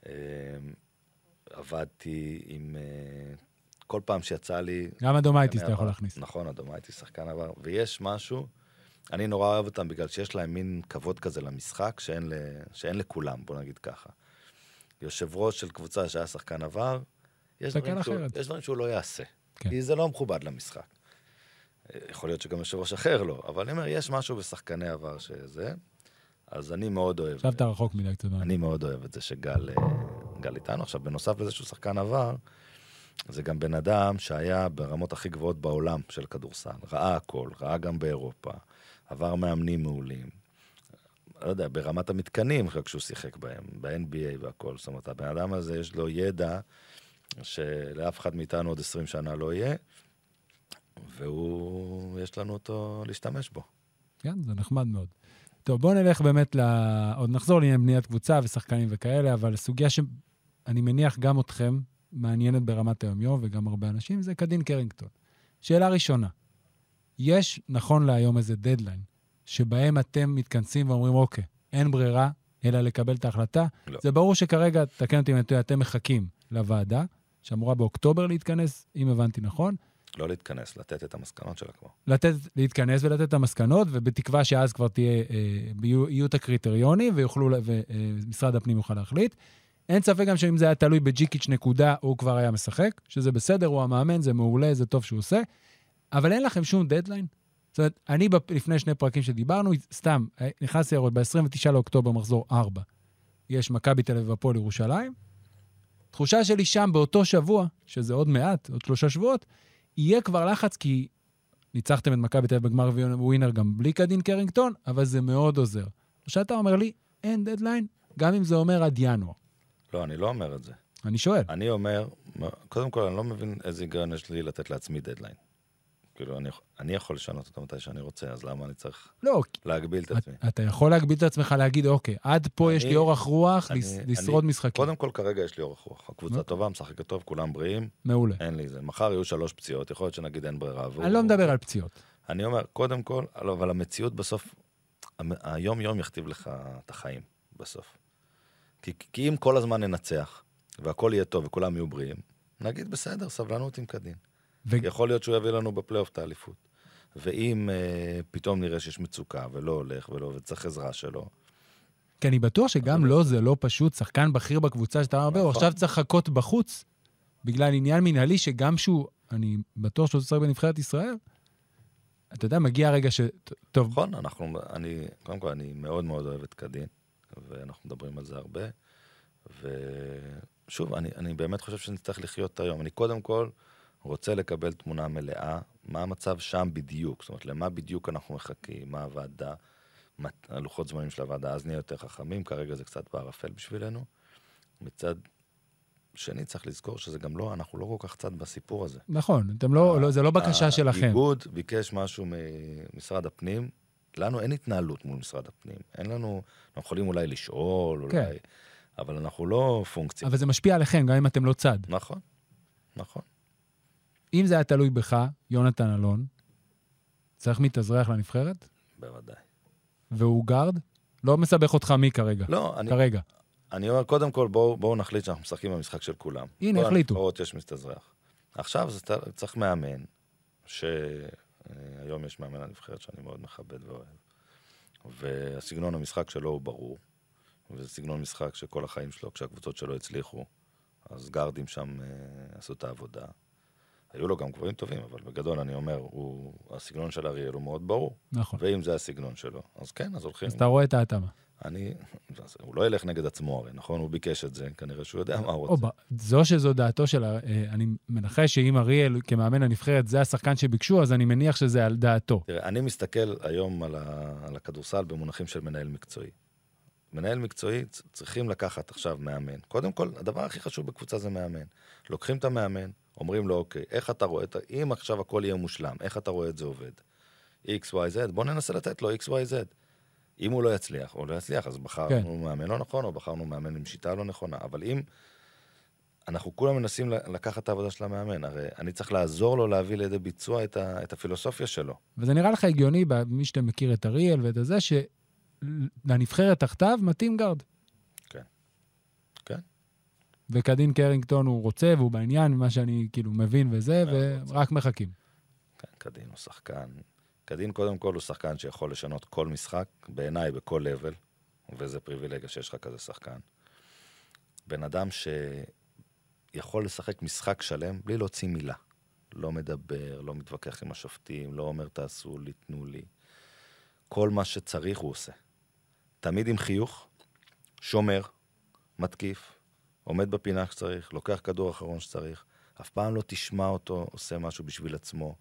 עבדתי עם, כל פעם שיצא לי... גם אדומייטיס אתה יכול להכניס. נכון, אדומייטיס, שחקן עבר. ויש משהו, אני נורא אוהב אותם, בגלל שיש להם מין כבוד כזה למשחק, שאין, שאין לכולם, בוא נגיד ככה. יושב ראש של קבוצה שהיה שחקן עבר, יש דברים, שהוא, יש דברים שהוא לא יעשה. כן. כי זה לא מכובד למשחק. יכול להיות שגם יושב ראש אחר לא, אבל אני אומר, יש משהו בשחקני עבר שזה, אז אני מאוד אוהב. עכשיו אתה רחוק מדי קצת. אני מאוד אוהב את זה שגל גל איתנו. עכשיו, בנוסף לזה שהוא שחקן עבר, זה גם בן אדם שהיה ברמות הכי גבוהות בעולם של כדורסל. ראה הכל, ראה גם באירופה, עבר מאמנים מעולים. לא יודע, ברמת המתקנים, כשהוא שיחק בהם, ב-אן בי איי והכל. זאת אומרת, הבן אדם הזה יש לו ידע שלאף אחד מאיתנו עוד עשרים שנה לא יהיה, והוא, יש לנו אותו להשתמש בו. כן, זה נחמד מאוד. טוב, בואו נלך באמת, לה... עוד נחזור לעניין בניית קבוצה ושחקנים וכאלה, אבל סוגיה שאני מניח גם אתכם, מעניינת ברמת היום-יום, וגם הרבה אנשים, זה קדין קרינגטון. שאלה ראשונה, יש נכון להיום איזה דדליין, שבהם אתם מתכנסים ואומרים, אוקיי, אין ברירה, אלא לקבל את ההחלטה. לא. זה ברור שכרגע, תקן אותי אם אתם מחכים לוועדה, שאמורה באוקטובר להתכנס, אם הבנתי נכון. לא להתכנס, לתת את המסקנות שלה כבר. לתת, להתכנס ולתת את המסקנות, ובתקווה שאז כבר תהיה, אה, יהיו את הקריטריונים, ויוכלו, ומשרד הפנים יוכל להחליט. אין ספק גם שאם זה היה תלוי בג'יקיץ' נקודה, הוא כבר היה משחק, שזה בסדר, הוא המאמן, זה מעולה, זה טוב שהוא עושה, אבל אין לכם שום דדליין. זאת אומרת, אני לפני שני פרקים שדיברנו, סתם, נכנסתי לראות, ב-עשרים ותשעה לאוקטובר מחזור ארבע, יש מכבי תל אביב והפועל ירושלים, תחושה שלי שם באותו שבוע, שזה עוד מעט, עוד שלושה שבועות, יהיה כבר לחץ, כי ניצחתם את מכבי תל אביב בגמר ווינר גם בלי קדין קרינגטון, אבל זה מאוד עוזר. או שאתה אומר לי, אין דדליין, גם אם זה אומר עד ינואר. לא, אני לא אומר את זה. אני שואל. אני אומר, קודם כל, אני לא מבין איזה היגיון יש לי לתת לעצמי דדליין. כאילו, אני, אני יכול לשנות אותו מתי שאני רוצה, אז למה אני צריך לא, להגביל את עצמי? אתה יכול להגביל את עצמך להגיד, אוקיי, עד פה אני, יש לי אורך רוח, אני, לשרוד אני, משחקים. קודם כל, כרגע יש לי אורך רוח. הקבוצה אוקיי. טובה, משחקת טוב, כולם בריאים. מעולה. אין לי זה. מחר יהיו שלוש פציעות, יכול להיות שנגיד אין ברירה. אני לא מדבר על פציעות. אני אומר, קודם כל, אבל המציאות בסוף היום יום יכתיב לך את החיים בסוף. כי, כי אם כל הזמן ננצח, והכל יהיה טוב וכולם יהיו בריאים, נגיד בסדר, סבלנות עם קדין. ו... יכול להיות שהוא יביא לנו בפלייאוף את האליפות. ואם אה, פתאום נראה שיש מצוקה ולא הולך ולא, וצריך עזרה שלו. כי אני בטוח שגם לא, זה לא פשוט, שחקן בכיר בקבוצה שאתה הרבה, הוא עכשיו צריך לחכות בחוץ, בגלל עניין מנהלי שגם שהוא, אני בטוח שהוא צריך בנבחרת ישראל, אתה יודע, מגיע הרגע ש... טוב. נכון, אנחנו, אני, קודם כל, אני מאוד מאוד אוהב את קדין, ואנחנו מדברים על זה הרבה, ושוב, אני, אני באמת חושב שנצטרך לחיות היום. אני קודם כל רוצה לקבל תמונה מלאה, מה המצב שם בדיוק, זאת אומרת, למה בדיוק אנחנו מחכים, מה הוועדה, מה הלוחות זמנים של הוועדה, אז נהיה יותר חכמים, כרגע זה קצת בערפל בשבילנו. מצד שני, צריך לזכור שזה גם לא, אנחנו לא כל כך קצת בסיפור הזה. נכון, אתם לא, לא, זה לא בקשה שלכם. האיגוד ביקש משהו ממשרד הפנים, לנו אין התנהלות מול משרד הפנים, אין לנו, אנחנו יכולים אולי לשאול, אולי, כן. אבל אנחנו לא פונקציה. אבל זה משפיע עליכם, גם אם אתם לא צד. נכון, נכון. אם זה היה תלוי בך, יונתן אלון, צריך מתאזרח לנבחרת? בוודאי. והוא גארד? לא מסבך אותך מי כרגע. לא, אני... כרגע. אני אומר, קודם כל, בואו, בואו נחליט שאנחנו משחקים במשחק של כולם. הנה, החליטו. כל הנבחרות יש מסתזרח. עכשיו זה צריך מאמן, שהיום יש מאמן לנבחרת שאני מאוד מכבד ואוהב. והסגנון המשחק שלו הוא ברור. וזה סגנון משחק שכל החיים שלו, כשהקבוצות שלו הצליחו, אז גארדים שם עשו את העבודה. היו לו גם גבוהים טובים, אבל בגדול אני אומר, הוא, הסגנון של אריאל הוא מאוד ברור. נכון. ואם זה הסגנון שלו, אז כן, אז הולכים. אז אתה רואה את ההתאמה. אני, הוא לא ילך נגד עצמו הרי, נכון? הוא ביקש את זה, כנראה שהוא יודע מה הוא רוצה. זו שזו דעתו של, אני מנחש שאם אריאל כמאמן הנבחרת, זה השחקן שביקשו, אז אני מניח שזה על דעתו. תראה, אני מסתכל היום על, ה, על הכדורסל במונחים של מנהל מקצועי. מנהל מקצועי צריכים לקחת עכשיו מאמן. קודם כל, הדבר הכי חשוב בקבוצה זה מאמן. לוקחים את המאמן, אומרים לו, אוקיי, איך אתה רואה, אם עכשיו הכל יהיה מושלם, איך אתה רואה את זה עובד? X, Y, Z, בוא ננסה לתת לו X, Y, Z. אם הוא לא יצליח, או לא יצליח, אז בחרנו כן. מאמן לא נכון, או בחרנו מאמן עם שיטה לא נכונה. אבל אם אנחנו כולם מנסים לקחת את העבודה של המאמן, הרי אני צריך לעזור לו להביא לידי ביצוע את, ה, את הפילוסופיה שלו. וזה נראה לך הגיוני, במי שאתה מכיר את אריאל ואת זה, שלנבחרת תחתיו מתאים גארד. כן. כן. וקדין קרינגטון הוא רוצה, והוא בעניין, מה שאני כאילו מבין וזה, ורק מחכים. כן, קדין הוא שחקן. קדין קודם כל הוא שחקן שיכול לשנות כל משחק, בעיניי בכל לבל, וזה פריבילגיה שיש לך כזה שחקן. בן אדם שיכול לשחק משחק שלם בלי להוציא מילה. לא מדבר, לא מתווכח עם השופטים, לא אומר תעשו לי, תנו לי. כל מה שצריך הוא עושה. תמיד עם חיוך, שומר, מתקיף, עומד בפינה שצריך, לוקח כדור אחרון שצריך, אף פעם לא תשמע אותו עושה משהו בשביל עצמו.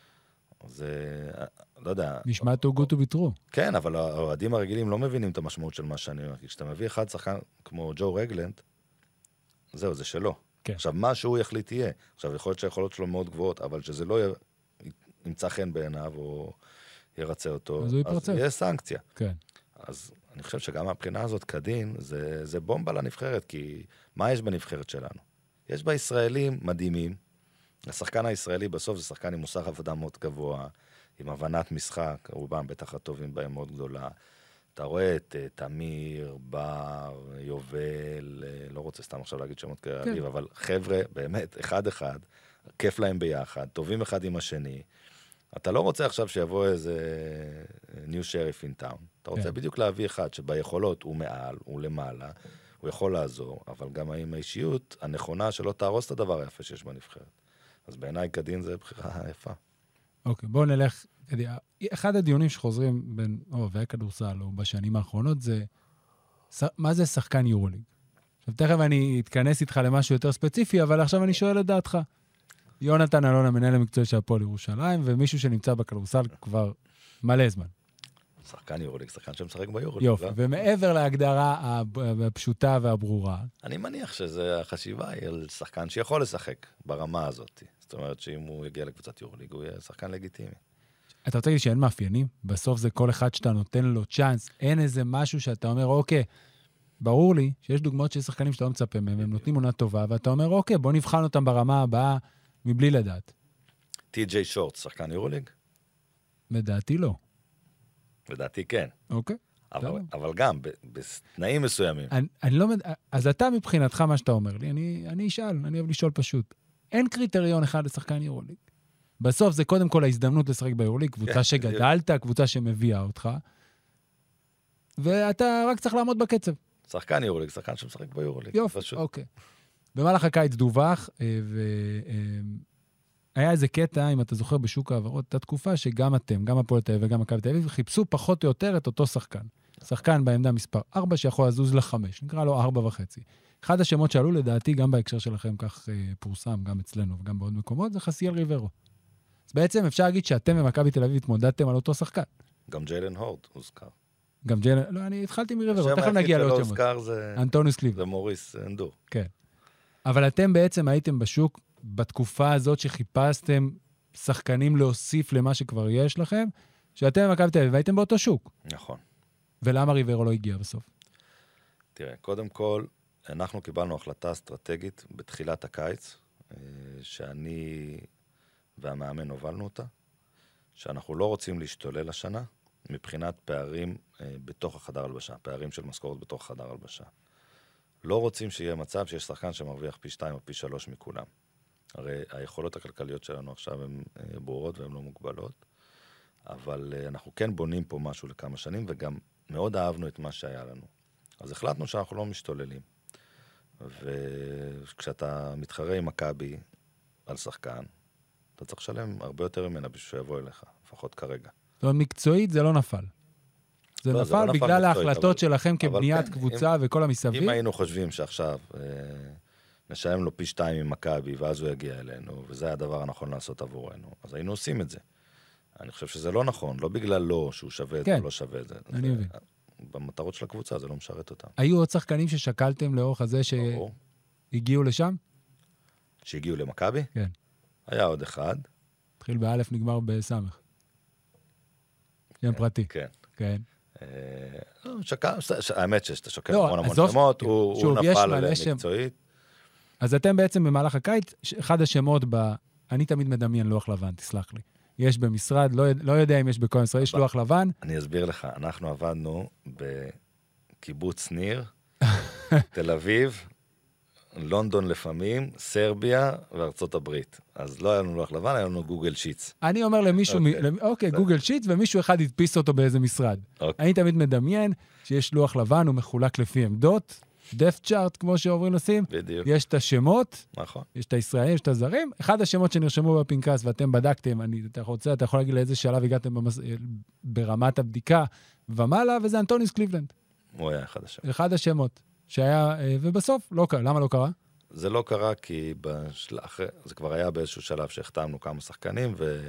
זה, לא יודע. נשמע too good to be true. כן, אבל האוהדים הרגילים לא מבינים את המשמעות של מה שאני אומר. כי כשאתה מביא אחד שחקן כמו ג'ו רגלנד, זהו, זה שלו. כן. עכשיו, מה שהוא יחליט יהיה. עכשיו, יכול להיות שהיכולות שלו מאוד גבוהות, אבל שזה לא ימצא חן בעיניו או ירצה אותו, אז, אז יהיה סנקציה. כן. אז אני חושב שגם הבחינה הזאת, קדין, זה, זה בומבה לנבחרת, כי מה יש בנבחרת שלנו? יש בה ישראלים מדהימים, השחקן הישראלי בסוף זה שחקן עם מוסר עבודה מאוד גבוה, עם הבנת משחק, רובם בטח הטובים בהם מאוד גדולה. אתה רואה את תמיר, בר, יובל, לא רוצה סתם עכשיו להגיד שמות כאלה, כן. אבל חבר'ה, באמת, אחד אחד, כיף להם ביחד, טובים אחד עם השני. אתה לא רוצה עכשיו שיבוא איזה ניו שריף אין טאון. אתה רוצה כן. בדיוק להביא אחד שביכולות הוא מעל, הוא למעלה, הוא יכול לעזור, אבל גם עם האישיות הנכונה שלא תהרוס את הדבר היפה שיש בנבחרת. אז בעיניי קדין זה בחירה יפה. אוקיי, בואו נלך. אחד הדיונים שחוזרים בין אוהבי הכדורסל או בשנים האחרונות זה, מה זה שחקן יורוליג? עכשיו תכף אני אתכנס איתך למשהו יותר ספציפי, אבל עכשיו אני שואל את דעתך. יונתן אלון, המנהל המקצועי של הפועל ירושלים, ומישהו שנמצא בכדורסל כבר מלא זמן. שחקן יורוליג, שחקן שמשחק ביורוליג. יופי, ומעבר להגדרה הפשוטה והברורה. אני מניח שזה החשיבה היא על שחקן שיכול לשחק ברמה הזאת. זאת אומרת שאם הוא יגיע לקבוצת יורוליג, הוא יהיה שחקן לגיטימי. אתה רוצה להגיד שאין מאפיינים? בסוף זה כל אחד שאתה נותן לו צ'אנס, אין איזה משהו שאתה אומר, אוקיי, ברור לי שיש דוגמאות של שחקנים שאתה לא מצפה מהם, הם נותנים עונה טובה, ואתה אומר, אוקיי, בוא נבחן אותם ברמה הבאה, מבלי לדעת. טי ג'יי שורט, שחקן יורוליג? לדעתי לא. לדעתי כן. אוקיי. אבל, טוב. אבל גם, ב- בתנאים מסוימים. אני, אני לא, מד- אז אתה מבחינתך מה שאתה אומר לי, אני, אני אשאל, אני אוהב לשאול פשוט. אין קריטריון אחד לשחקן יורוליג. בסוף זה קודם כל ההזדמנות לשחק ביורוליג, קבוצה שגדלת, קבוצה שמביאה אותך, ואתה רק צריך לעמוד בקצב. שחקן יורוליג, שחקן שמשחק ביורוליג. יופי, פשוט. אוקיי. במהלך הקיץ דווח, והיה איזה קטע, אם אתה זוכר, בשוק העברות, את התקופה שגם אתם, גם הפועל תל אביב וגם מכבי תל אביב, חיפשו פחות או יותר את אותו שחקן. שחקן בעמדה מספר ארבע שיכול לזוז לחמש, נקרא לו ארבע וחצי. אחד השמות שעלו לדעתי, גם בהקשר שלכם, כך אה, פורסם, גם אצלנו וגם בעוד מקומות, זה חסיאל ריברו. אז בעצם אפשר להגיד שאתם ומכבי תל אביב התמודדתם על אותו שחקן. גם ג'יילן הורד הוזכר. גם ג'יילן, לא, אני התחלתי מריברו, תכף נגיע לעוד שמות. השם היחיד שלא הוזכר זה... אנטוניוס קליבלנד. זה מוריס אנדור. כן. אבל אתם בעצם הייתם בשוק בתקופה הזאת שחיפשתם שחקנים להוסיף למה שכבר יש לכם, שאתם ומכבי תל אביב הייתם באותו שוק. נכון. ולמה ריברו לא הגיע בסוף? תראה, קודם כל, אנחנו קיבלנו החלטה אסטרטגית בתחילת הקיץ, שאני והמאמן הובלנו אותה, שאנחנו לא רוצים להשתולל השנה, מבחינת פערים בתוך החדר הלבשה, פערים של משכורת בתוך החדר הלבשה. לא רוצים שיהיה מצב שיש שחקן שמרוויח פי שתיים או פי שלוש מכולם. הרי היכולות הכלכליות שלנו עכשיו הן ברורות והן לא מוגבלות, אבל אנחנו כן בונים פה משהו לכמה שנים, וגם מאוד אהבנו את מה שהיה לנו. אז החלטנו שאנחנו לא משתוללים. וכשאתה מתחרה עם מכבי על שחקן, אתה צריך לשלם הרבה יותר ממנה בשביל שיבוא אליך, לפחות כרגע. זאת אומרת, מקצועית זה לא נפל. זה לא, נפל זה לא נפל בגלל מקצועית, ההחלטות אבל- שלכם אבל כבניית כן, קבוצה וכל המסביב. אם היינו חושבים שעכשיו אה, נשלם לו פי שתיים עם מכבי, ואז הוא יגיע אלינו, וזה הדבר הנכון לעשות עבורנו, אז היינו עושים את זה. אני חושב שזה לא נכון, לא בגלל לא שהוא שווה את זה כן, או לא שווה את זה. אני זה- מבין. במטרות של הקבוצה זה לא משרת אותם. היו עוד שחקנים ששקלתם לאורך הזה ברור. שהגיעו לשם? שהגיעו למכבי? כן. היה עוד אחד. התחיל באלף, נגמר בסמך. שם פרטי. כן. כן. אה, לא, שקל, ש- האמת שאתה שוקל לא, המון המון עזוב, שמות, כן. הוא שוב, הוא יש נפל מלא עליהם שם. מקצועית. אז אתם בעצם במהלך הקיץ, ש- אחד השמות ב... אני תמיד מדמיין לוח לבן, תסלח לי. יש במשרד, לא, יודע- לא יודע אם יש בכל המשרד, יש לוח לבן. אני אסביר לך, אנחנו עבדנו בקיבוץ ניר, תל אביב, לונדון לפעמים, סרביה וארצות הברית. אז לא היה לנו לוח לבן, היה לנו גוגל שיטס. אני אומר למישהו, אוקיי. מ- למ- אוקיי, גוגל שיט, ומישהו אחד הדפיס אותו באיזה משרד. אוקיי. אני תמיד מדמיין שיש לוח לבן, הוא מחולק לפי עמדות, דף צ'ארט, כמו שאומרים לשים, בדיוק, יש את השמות, נכון. יש את הישראלים, יש את הזרים. אחד השמות שנרשמו בפנקס, ואתם בדקתם, אני, אתה רוצה, אתה יכול להגיד לאיזה שלב הגעתם במס... ברמת הבדיקה ומעלה, וזה אנטוניוס קליבלנד. הוא היה אחד השמות. אחד השמות שהיה, אה, ובסוף לא קרה. למה לא קרה? זה לא קרה כי בשל... אחרי... זה כבר היה באיזשהו שלב שהחתמנו כמה שחקנים, ו...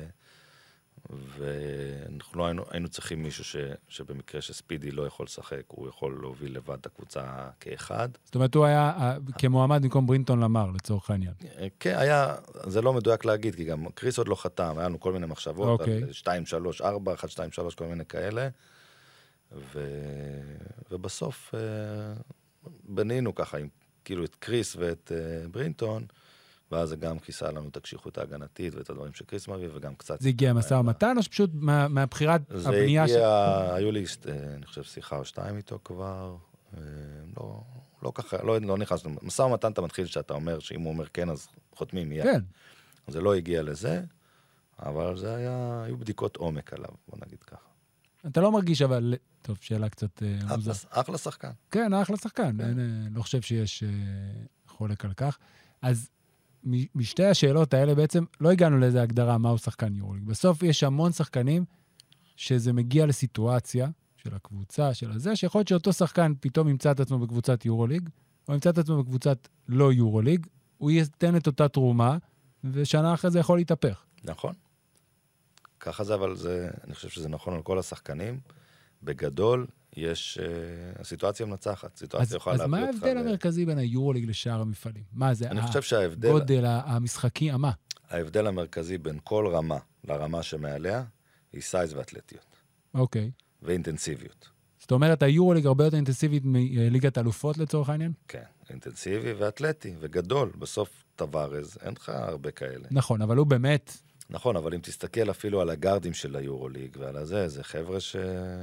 ואנחנו לא היינו, היינו צריכים מישהו ש... שבמקרה שספידי לא יכול לשחק, הוא יכול להוביל לבד את הקבוצה כאחד. זאת אומרת, הוא היה אה, כמועמד במקום ברינטון למר, לצורך העניין. כן, היה, זה לא מדויק להגיד, כי גם קריס עוד לא חתם, היה לנו כל מיני מחשבות, אוקיי. על שתיים, שלוש, ארבע, אחת, שתיים, שלוש, כל מיני כאלה, ו... ובסוף אה, בנינו ככה, עם, כאילו את קריס ואת אה, ברינטון, ואז זה גם כיסה לנו את הקשיחות ההגנתית ואת הדברים שקריס מביא, וגם קצת... זה הגיע משא ומתן, או שפשוט מה- מהבחירת זה הבנייה הגיע, של... היו לי, אה, אני חושב, שיחה או שתיים איתו כבר, אה, לא, לא ככה, לא, לא נכנס, משא ומתן אתה מתחיל שאתה אומר, שאם הוא אומר כן, אז חותמים מיד. כן. זה לא הגיע לזה, אבל זה היה, היו בדיקות עומק עליו, בוא נגיד ככה. אתה לא מרגיש, אבל... טוב, שאלה קצת אה, אחלה, מוזר. אחלה שחקן. כן, אחלה שחקן. אין, אה, לא חושב שיש אה, חולק על כך. אז מ- משתי השאלות האלה בעצם לא הגענו לאיזה הגדרה מהו שחקן יורוליג. בסוף יש המון שחקנים שזה מגיע לסיטואציה של הקבוצה, של הזה, שיכול להיות שאותו שחקן פתאום ימצא את עצמו בקבוצת יורוליג, או ימצא את עצמו בקבוצת לא יורוליג, הוא ייתן את אותה תרומה, ושנה אחרי זה יכול להתהפך. נכון. ככה זה, אבל זה, אני חושב שזה נכון על כל השחקנים. בגדול, יש, uh, הסיטואציה מנצחת. סיטואציה אז, יכולה אז להביא מה אותך ההבדל ל- המרכזי בין היורוליג לשאר המפעלים? מה זה? אני חושב שההבדל, הגודל, המשחקי, מה? ההבדל המרכזי בין כל רמה לרמה שמעליה, היא סייז ואתלטיות. אוקיי. ואינטנסיביות. זאת אומרת, היורוליג הרבה יותר אינטנסיבית מליגת אלופות לצורך העניין? כן, אינטנסיבי ואתלטי וגדול. בסוף תווארז, אין לך הרבה כאלה. נכון, אבל הוא באמת נכון, אבל אם תסתכל אפילו על הגארדים של היורוליג ועל הזה, זה חבר'ה ש...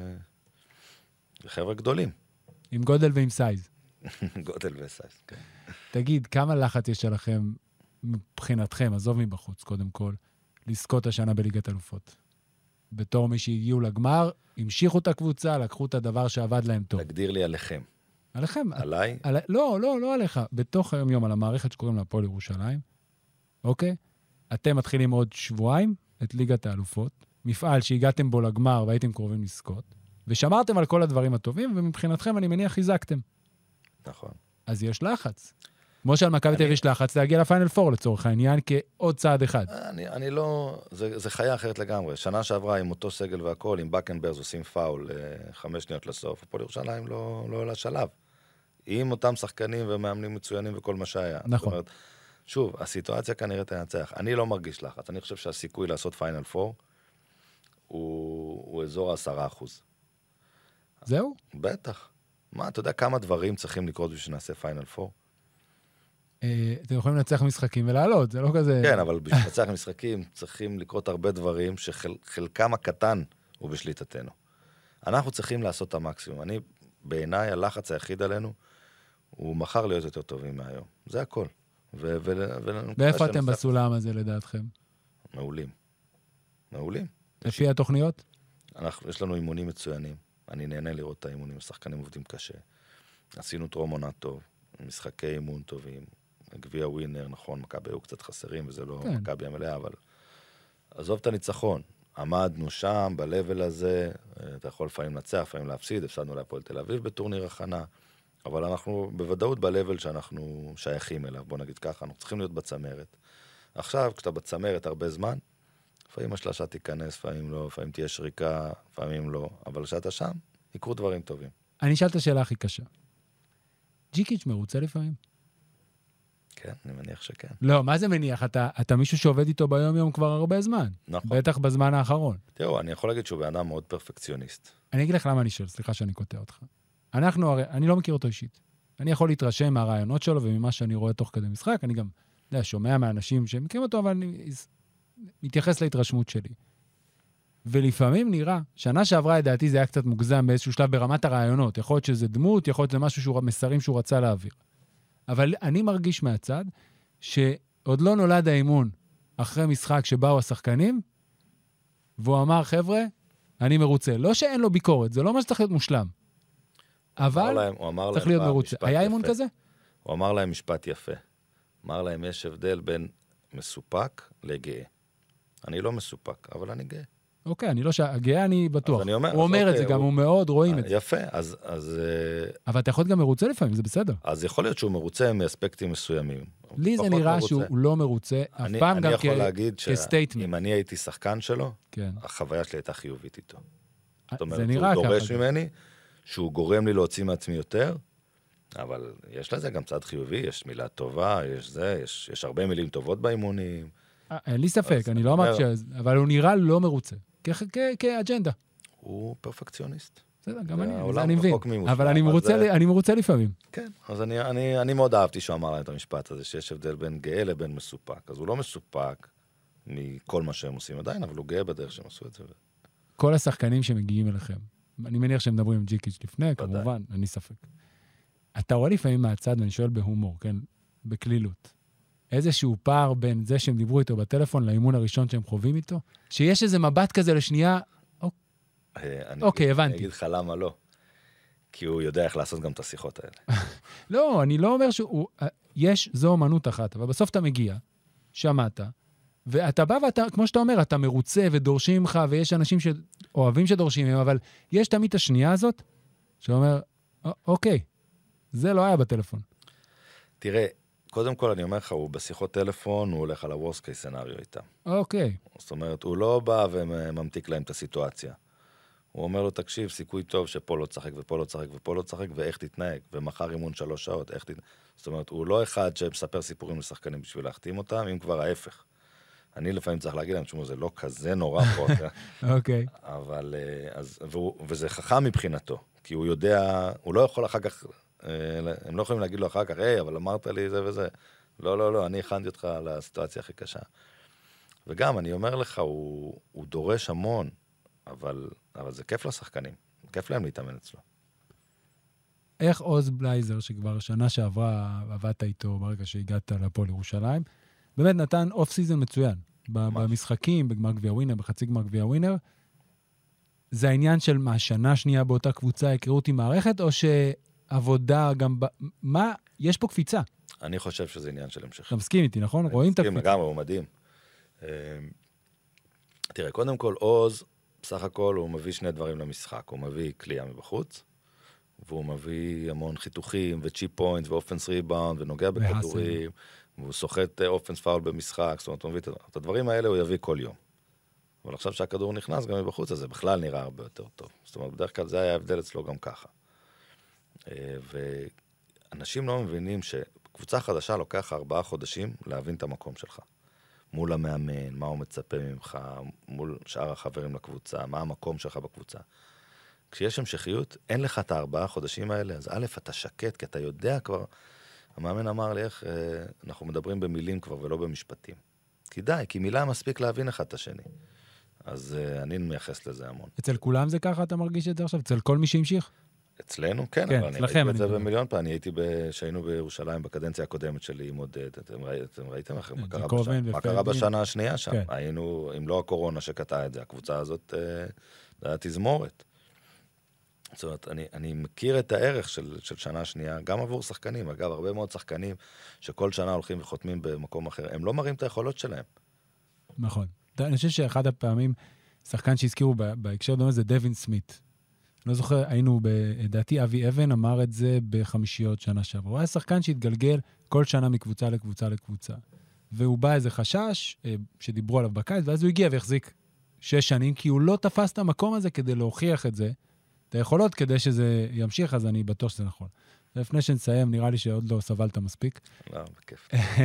זה חבר'ה גדולים. עם גודל ועם סייז. גודל וסייז, כן. תגיד, כמה לחץ יש עליכם מבחינתכם, עזוב מבחוץ, קודם כל, לזכות השנה בליגת אלופות? בתור מי שהגיעו לגמר, המשיכו את הקבוצה, לקחו את הדבר שעבד להם טוב. תגדיר לי עליכם. עליכם? עליי? על... לא, לא, לא עליך. בתוך היום יום, על המערכת שקוראים לה הפועל ירושלים, אוקיי? אתם מתחילים עוד שבועיים את ליגת האלופות, מפעל שהגעתם בו לגמר והייתם קרובים לזכות, ושמרתם על כל הדברים הטובים, ומבחינתכם אני מניח חיזקתם. נכון. אז יש לחץ. כמו שעל מכבי תל אביב יש לחץ להגיע לפיינל פור לצורך העניין, כעוד צעד אחד. אני, אני לא... זה, זה חיה אחרת לגמרי. שנה שעברה עם אותו סגל והכל, עם בקנברס עושים פאול חמש שניות לסוף, הפועל ירושלים לא, לא עולה שלב. עם אותם שחקנים ומאמנים מצוינים וכל מה שהיה. נכון. זאת אומרת, שוב, הסיטואציה כנראה תנצח. אני לא מרגיש לחץ. אני חושב שהסיכוי לעשות פיינל פור הוא, הוא אזור עשרה אחוז. זהו? בטח. מה, אתה יודע כמה דברים צריכים לקרות בשביל שנעשה פיינל פור? אתם יכולים לנצח משחקים ולעלות, זה לא כזה... כן, אבל בשביל לנצח משחקים צריכים לקרות הרבה דברים שחלקם הקטן הוא בשליטתנו. אנחנו צריכים לעשות את המקסימום. אני, בעיניי, הלחץ היחיד עלינו הוא מחר להיות יותר טובים מהיום. זה הכל. ו- ו- ו- ואיפה אתם בסולם הזה לדעתכם? מעולים. מעולים. לפי התוכניות? אנחנו, יש לנו אימונים מצוינים. אני נהנה לראות את האימונים. השחקנים עובדים קשה. עשינו טרום עונה טוב. משחקי אימון טובים. גביע ווינר, נכון, מכבי היו קצת חסרים, וזה לא כן. מכבי המלאה, אבל עזוב את הניצחון. עמדנו שם, בלבל הזה, אתה יכול לפעמים לנצח, לפעמים להפסיד, הפסדנו להפועל תל אביב בטורניר הכנה, אבל אנחנו בוודאות בלבל שאנחנו שייכים אליו, בוא נגיד ככה, אנחנו צריכים להיות בצמרת. עכשיו, כשאתה בצמרת הרבה זמן, לפעמים השלשה תיכנס, לפעמים לא, לפעמים תהיה שריקה, לפעמים לא, אבל כשאתה שם, יקרו דברים טובים. אני אשאל את השאלה הכי קשה. ג'יקיץ' מרוצה לפעמים? כן, אני מניח שכן. לא, מה זה מניח? אתה, אתה מישהו שעובד איתו ביום יום כבר הרבה זמן. נכון. בטח בזמן האחרון. תראו, אני יכול להגיד שהוא באדם מאוד פרפקציוניסט. אני אגיד לך למה אני שואל, סליחה שאני קוטע אותך. אנחנו הרי, אני לא מכיר אותו אישית. אני יכול להתרשם מהרעיונות שלו וממה שאני רואה תוך כדי משחק. אני גם, אתה יודע, שומע מאנשים שמכירים אותו, אבל אני מתייחס להתרשמות שלי. ולפעמים נראה, שנה שעברה את דעתי זה היה קצת מוגזם באיזשהו שלב ברמת הרעיונות. יכול להיות שזה דמות, יכול להיות שזה משהו שהוא, מסרים שהוא רצה להעביר. אבל אני מרגיש מהצד שעוד לא נולד האימון אחרי משחק שבאו השחקנים, והוא אמר, חבר'ה, אני מרוצה. לא שאין לו ביקורת, זה לא מה שצריך להיות מושלם. אבל להם, הוא אמר צריך להם להיות מרוצה. היה יפה. אימון כזה? הוא אמר להם משפט יפה. אמר להם, יש הבדל בין מסופק לגאה. אני לא מסופק, אבל אני גאה. אוקיי, אני לא ש... גאה אני בטוח. אני אומר, הוא אומר אוקיי, את זה הוא... גם, הוא מאוד רואים את זה. יפה, אז... אז אבל אתה יכול להיות גם מרוצה לפעמים, זה בסדר. אז יכול להיות שהוא מרוצה מאספקטים מסוימים. לי זה נראה מרוצה. שהוא לא מרוצה, אף אני, פעם אני גם יכול כ... להגיד כסטייטמנט. שאם אני הייתי שחקן שלו, כן. החוויה שלי הייתה חיובית איתו. זאת אומרת, זה נראה הוא דורש ככה. ממני, שהוא גורם לי להוציא מעצמי יותר, אבל יש לזה גם צד חיובי, יש מילה טובה, יש זה, יש, יש הרבה מילים טובות באימונים. אין לי ספק, אני לא אמרתי ש... אבל הוא נראה לא מרוצה, כאג'נדה. הוא פרפקציוניסט. בסדר, גם אני, אני מבין. אבל אני מרוצה, זה... אני מרוצה לפעמים. כן, אז אני, אני, אני מאוד אהבתי שהוא אמר להם את המשפט הזה, שיש הבדל בין גאה לבין מסופק. אז הוא לא מסופק מכל מה שהם עושים עדיין, אבל הוא גאה בדרך שהם עשו את זה. כל השחקנים שמגיעים אליכם, אני מניח שהם מדברים עם ג'יקיץ' לפני, כמובן, אני ספק. אתה רואה לפעמים מהצד, ואני שואל בהומור, כן, בכלילות. איזשהו פער בין זה שהם דיברו איתו בטלפון לאימון הראשון שהם חווים איתו, שיש איזה מבט כזה לשנייה, אוקיי, הבנתי. אני אגיד לך למה לא. כי הוא יודע איך לעשות גם את השיחות האלה. לא, אני לא אומר שהוא... יש, זו אומנות אחת, אבל בסוף אתה מגיע, שמעת, ואתה בא ואתה, כמו שאתה אומר, אתה מרוצה ודורשים לך, ויש אנשים שאוהבים שדורשים מהם, אבל יש תמיד את השנייה הזאת, שאומר, אוקיי, זה לא היה בטלפון. תראה, קודם כל אני אומר לך, הוא בשיחות טלפון, הוא הולך על ה-worst case scenario איתם. אוקיי. זאת אומרת, הוא לא בא וממתיק להם את הסיטואציה. הוא אומר לו, תקשיב, סיכוי טוב שפה לא צחק ופה לא צחק ופה לא צחק, ואיך תתנהג, ומחר אימון שלוש שעות, איך תתנהג. זאת אומרת, הוא לא אחד שמספר סיפורים לשחקנים בשביל להחתים אותם, אם כבר ההפך. אני לפעמים צריך להגיד להם, תשמעו, זה לא כזה נורא פה. אוקיי. אבל, אז, וזה חכם מבחינתו, כי הוא יודע, הוא לא יכול אחר כך, הם לא יכולים להגיד לו אחר כך, היי, אבל אמרת לי זה וזה. לא, לא, לא, אני הכנתי אותך לסיטואציה הכי קשה. וגם, אני אומר לך, הוא, הוא דורש המון, אבל, אבל זה כיף לשחקנים. כיף להם להתאמן אצלו. איך עוז בלייזר, שכבר שנה שעברה עבדת איתו ברגע שהגעת לפועל ירושלים, באמת נתן אוף סיזן מצוין. במשחקים, בגמר גביע ווינר, בחצי גמר גביע ווינר, זה העניין של מה, שנה שנייה באותה קבוצה, היכרות עם מערכת, או שעבודה גם ב... מה? יש פה קפיצה. אני חושב שזה עניין של המשך. אתה מסכים איתי, נכון? רואים את הקפיצה. מסכים לגמרי, הוא מדהים. תראה, קודם כל, עוז, בסך הכל, הוא מביא שני דברים למשחק. הוא מביא קליעה מבחוץ, והוא מביא המון חיתוכים, וצ'יפ פוינט, ואופנס ריבאונד, ונוגע בכדורים, והוא סוחט אופנס פאול במשחק, זאת אומרת, הוא מביא את הדברים האלה, הוא יביא כל יום. אבל עכשיו שהכדור נכנס גם מבחוץ, אז זה בכלל נראה הרבה יותר טוב. זאת אומרת, בדרך כלל זה היה ההבדל אצלו גם ככה. ואנשים לא מבינים שקבוצה חדשה לוקח ארבעה חודשים להבין את המקום שלך. מול המאמן, מה הוא מצפה ממך, מול שאר החברים לקבוצה, מה המקום שלך בקבוצה. כשיש המשכיות, אין לך את הארבעה חודשים האלה, אז א', אתה שקט, כי אתה יודע כבר, המאמן אמר לי איך, אנחנו מדברים במילים כבר ולא במשפטים. כי די, כי מילה מספיק להבין אחד את השני. אז uh, אני מייחס לזה המון. אצל כולם זה ככה, אתה מרגיש את זה עכשיו? אצל כל מי שהמשיך? אצלנו, כן, כן, אבל אני אצלכם, ראיתי את אני זה במיליון פעם. אני הייתי, שהיינו בירושלים בקדנציה הקודמת שלי עם עודד. אתם ראיתם איך, מה קרה בשנה השנייה שם? היינו, אם לא הקורונה שקטעה את זה, הקבוצה הזאת, זה היה תזמורת. זאת אומרת, אני, אני מכיר את הערך של, של שנה שנייה, גם עבור שחקנים. אגב, הרבה מאוד שחקנים שכל שנה הולכים וחותמים במקום אחר, הם לא מראים את היכולות שלהם. נכון. אני חושב שאחד הפעמים, שחקן שהזכירו בהקשר דומה זה דווין סמית. לא זוכר, היינו, בדעתי אבי אבן אמר את זה בחמישיות שנה שעברה. הוא היה שחקן שהתגלגל כל שנה מקבוצה לקבוצה לקבוצה. והוא בא איזה חשש, שדיברו עליו בקיץ, ואז הוא הגיע והחזיק שש שנים, כי הוא לא תפס את המקום הזה כדי להוכיח את זה, את היכולות כדי שזה ימשיך, אז אני בטוח שזה נכון. לפני שנסיים, נראה לי שעוד לא סבלת מספיק. לא, בכיף.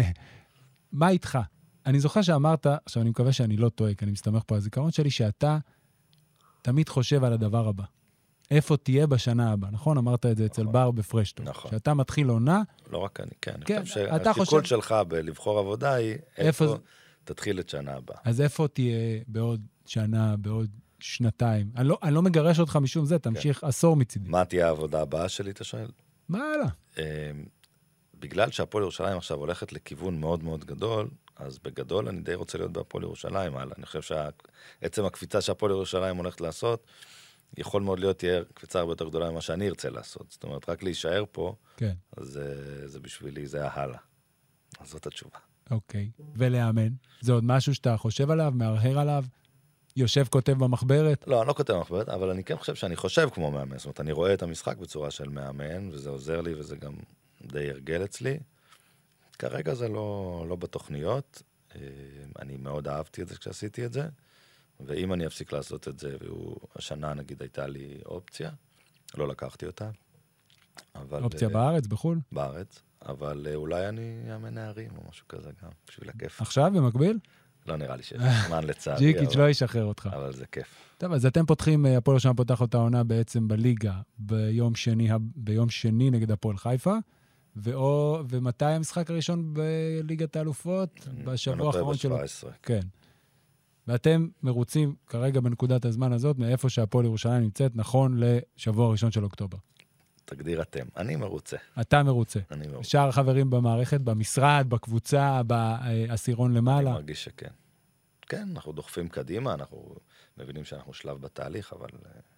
מה איתך? אני זוכר שאמרת, עכשיו אני מקווה שאני לא טועה, כי אני מסתמך פה על הזיכרון שלי, שאתה תמיד חושב על הדבר הבא. איפה תהיה בשנה הבאה, נכון? אמרת את זה אצל בר בפרשטו. נכון. שאתה מתחיל עונה. לא רק אני, כן. כן, אני חושב אתה שהשיקול חושב... שלך בלבחור עבודה היא איפה תתחיל את שנה הבאה. אז איפה תהיה בעוד שנה, בעוד שנתיים? אני לא, אני לא מגרש אותך משום זה, תמשיך כן. עשור מצידי. מה תהיה העבודה הבאה שלי, אתה שואל? מה הלאה? בגלל שהפועל ירושלים עכשיו הולכת לכיוון מאוד מאוד גדול, אז בגדול אני די רוצה להיות בהפועל ירושלים. אני חושב שעצם הקפיצה שהפועל ירושלים הולכת לעשות, יכול מאוד להיות תהיה קפיצה הרבה יותר גדולה ממה שאני ארצה לעשות. זאת אומרת, רק להישאר פה, כן. אז זה, זה בשבילי, זה הלאה. אז זאת התשובה. אוקיי. ולאמן? זה עוד משהו שאתה חושב עליו, מהרהר עליו? יושב כותב במחברת? לא, אני לא כותב במחברת, אבל אני כן חושב שאני חושב כמו מאמן. זאת אומרת, אני רואה את המשחק בצורה של מאמן, וזה עוזר לי, וזה גם די הרגל אצלי. כרגע זה לא, לא בתוכניות. אני מאוד אהבתי את זה כשעשיתי את זה. ואם אני אפסיק לעשות את זה, והשנה נגיד הייתה לי אופציה, לא לקחתי אותה. אבל, אופציה בארץ, בחול? בארץ, אבל אולי אני אאמן נערים או משהו כזה גם, בשביל הכיף. עכשיו, במקביל? לא נראה לי שיש זמן לצערי. ג'יקיץ' לא ישחרר אותך. אבל זה כיף. טוב, אז אתם פותחים, הפועל ירושלים פותח אותה עונה בעצם בליגה, ביום שני, ביום שני נגד הפועל חיפה, ואו, ומתי המשחק הראשון בליגת האלופות? בשבוע האחרון שלו. כן. ואתם מרוצים כרגע בנקודת הזמן הזאת, מאיפה שהפועל ירושלים נמצאת, נכון לשבוע הראשון של אוקטובר. תגדיר אתם. אני מרוצה. אתה מרוצה. אני מרוצה. שאר החברים במערכת, במשרד, בקבוצה, בעשירון למעלה. אני מרגיש שכן. כן, אנחנו דוחפים קדימה, אנחנו מבינים שאנחנו שלב בתהליך, אבל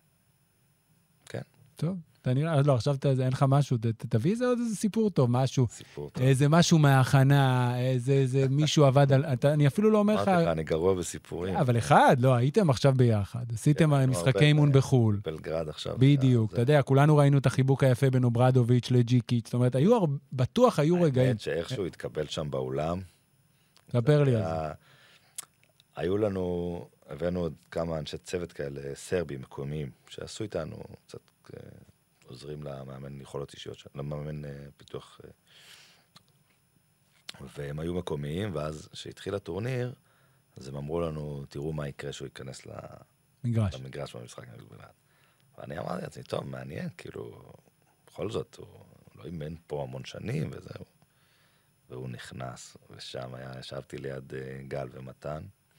כן. טוב, אתה נראה, לא, עכשיו אין לך משהו, תביא איזה עוד איזה סיפור טוב, משהו. סיפור טוב. איזה משהו מההכנה, איזה מישהו עבד על, אני אפילו לא אומר לך... אמרתי לך, אני גרוע בסיפורים. אבל אחד, לא, הייתם עכשיו ביחד. עשיתם משחקי אימון בחול. בלגרד עכשיו. בדיוק, אתה יודע, כולנו ראינו את החיבוק היפה בין אוברדוביץ' לג'יקיץ', זאת אומרת, בטוח היו רגעים. האמת שאיכשהו התקבל שם באולם. דבר לי על זה. היו לנו, הבאנו עוד כמה אנשי צוות כאלה, סרבים, מקומיים, שעשו איתנו קצת... עוזרים למאמן יכולות אישיות, למאמן פיתוח. והם היו מקומיים, ואז כשהתחיל הטורניר, אז הם אמרו לנו, תראו מה יקרה שהוא ייכנס למגרש. למגרש במשחק. ואני אמרתי לעצמי, טוב, מעניין, כאילו, בכל זאת, הוא לא אימן פה המון שנים, וזהו. והוא נכנס, ושם היה, ישבתי ליד גל ומתן,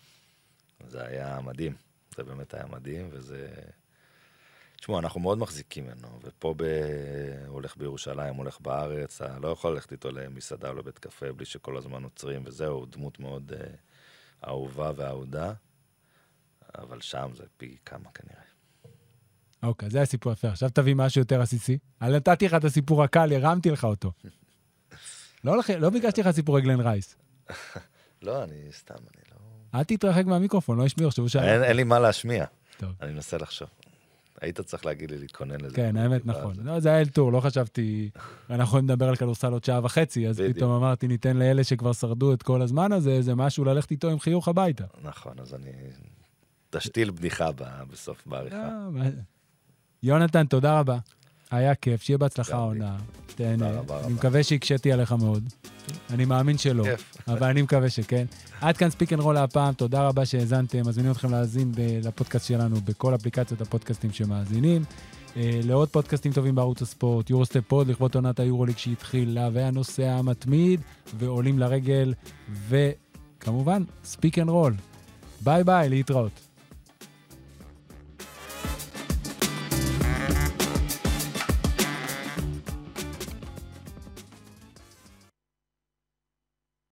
זה היה מדהים, זה באמת היה מדהים, וזה... תשמעו, אנחנו מאוד מחזיקים ממנו, ופה ב... הולך בירושלים, הולך בארץ, לא יכול ללכת איתו למסעדה או לבית קפה, בלי שכל הזמן עוצרים, וזהו, דמות מאוד אה, אהובה ואהודה, אבל שם זה פי כמה כנראה. אוקיי, זה הסיפור יפה. עכשיו תביא משהו יותר עסיסי. אני נתתי לך את הסיפור הקל, הרמתי לך אותו. לא, לא ביקשתי לך סיפורי גלן רייס. לא, אני סתם, אני לא... אל תתרחק מהמיקרופון, לא ישמיע, חשבו שעה. אין, אין לי מה להשמיע. טוב. אני מנסה לחשוב. היית צריך להגיד לי להתכונן לזה. כן, האמת נכון. לא, זה היה אלתור, לא חשבתי... אנחנו יכולים לדבר על כדורסל עוד שעה וחצי, אז פתאום אמרתי, ניתן לאלה שכבר שרדו את כל הזמן הזה, זה משהו ללכת איתו עם חיוך הביתה. נכון, אז אני... תשתיל בדיחה בסוף בעריכה. יונתן, תודה רבה. היה כיף, שיהיה בהצלחה העונה. תהנה. אני מקווה שהקשיתי עליך מאוד. אני מאמין שלא, אבל אני מקווה שכן. עד כאן ספיק אנד רול להפעם, תודה רבה שהאזנתם. מזמינים אתכם להאזין לפודקאסט שלנו בכל אפליקציות הפודקאסטים שמאזינים. לעוד פודקאסטים טובים בערוץ הספורט, יורוסטפ פוד, לכבוד עונת היורוליג שהתחילה, והנושא המתמיד, ועולים לרגל, וכמובן, ספיק אנד רול. ביי ביי, להתראות.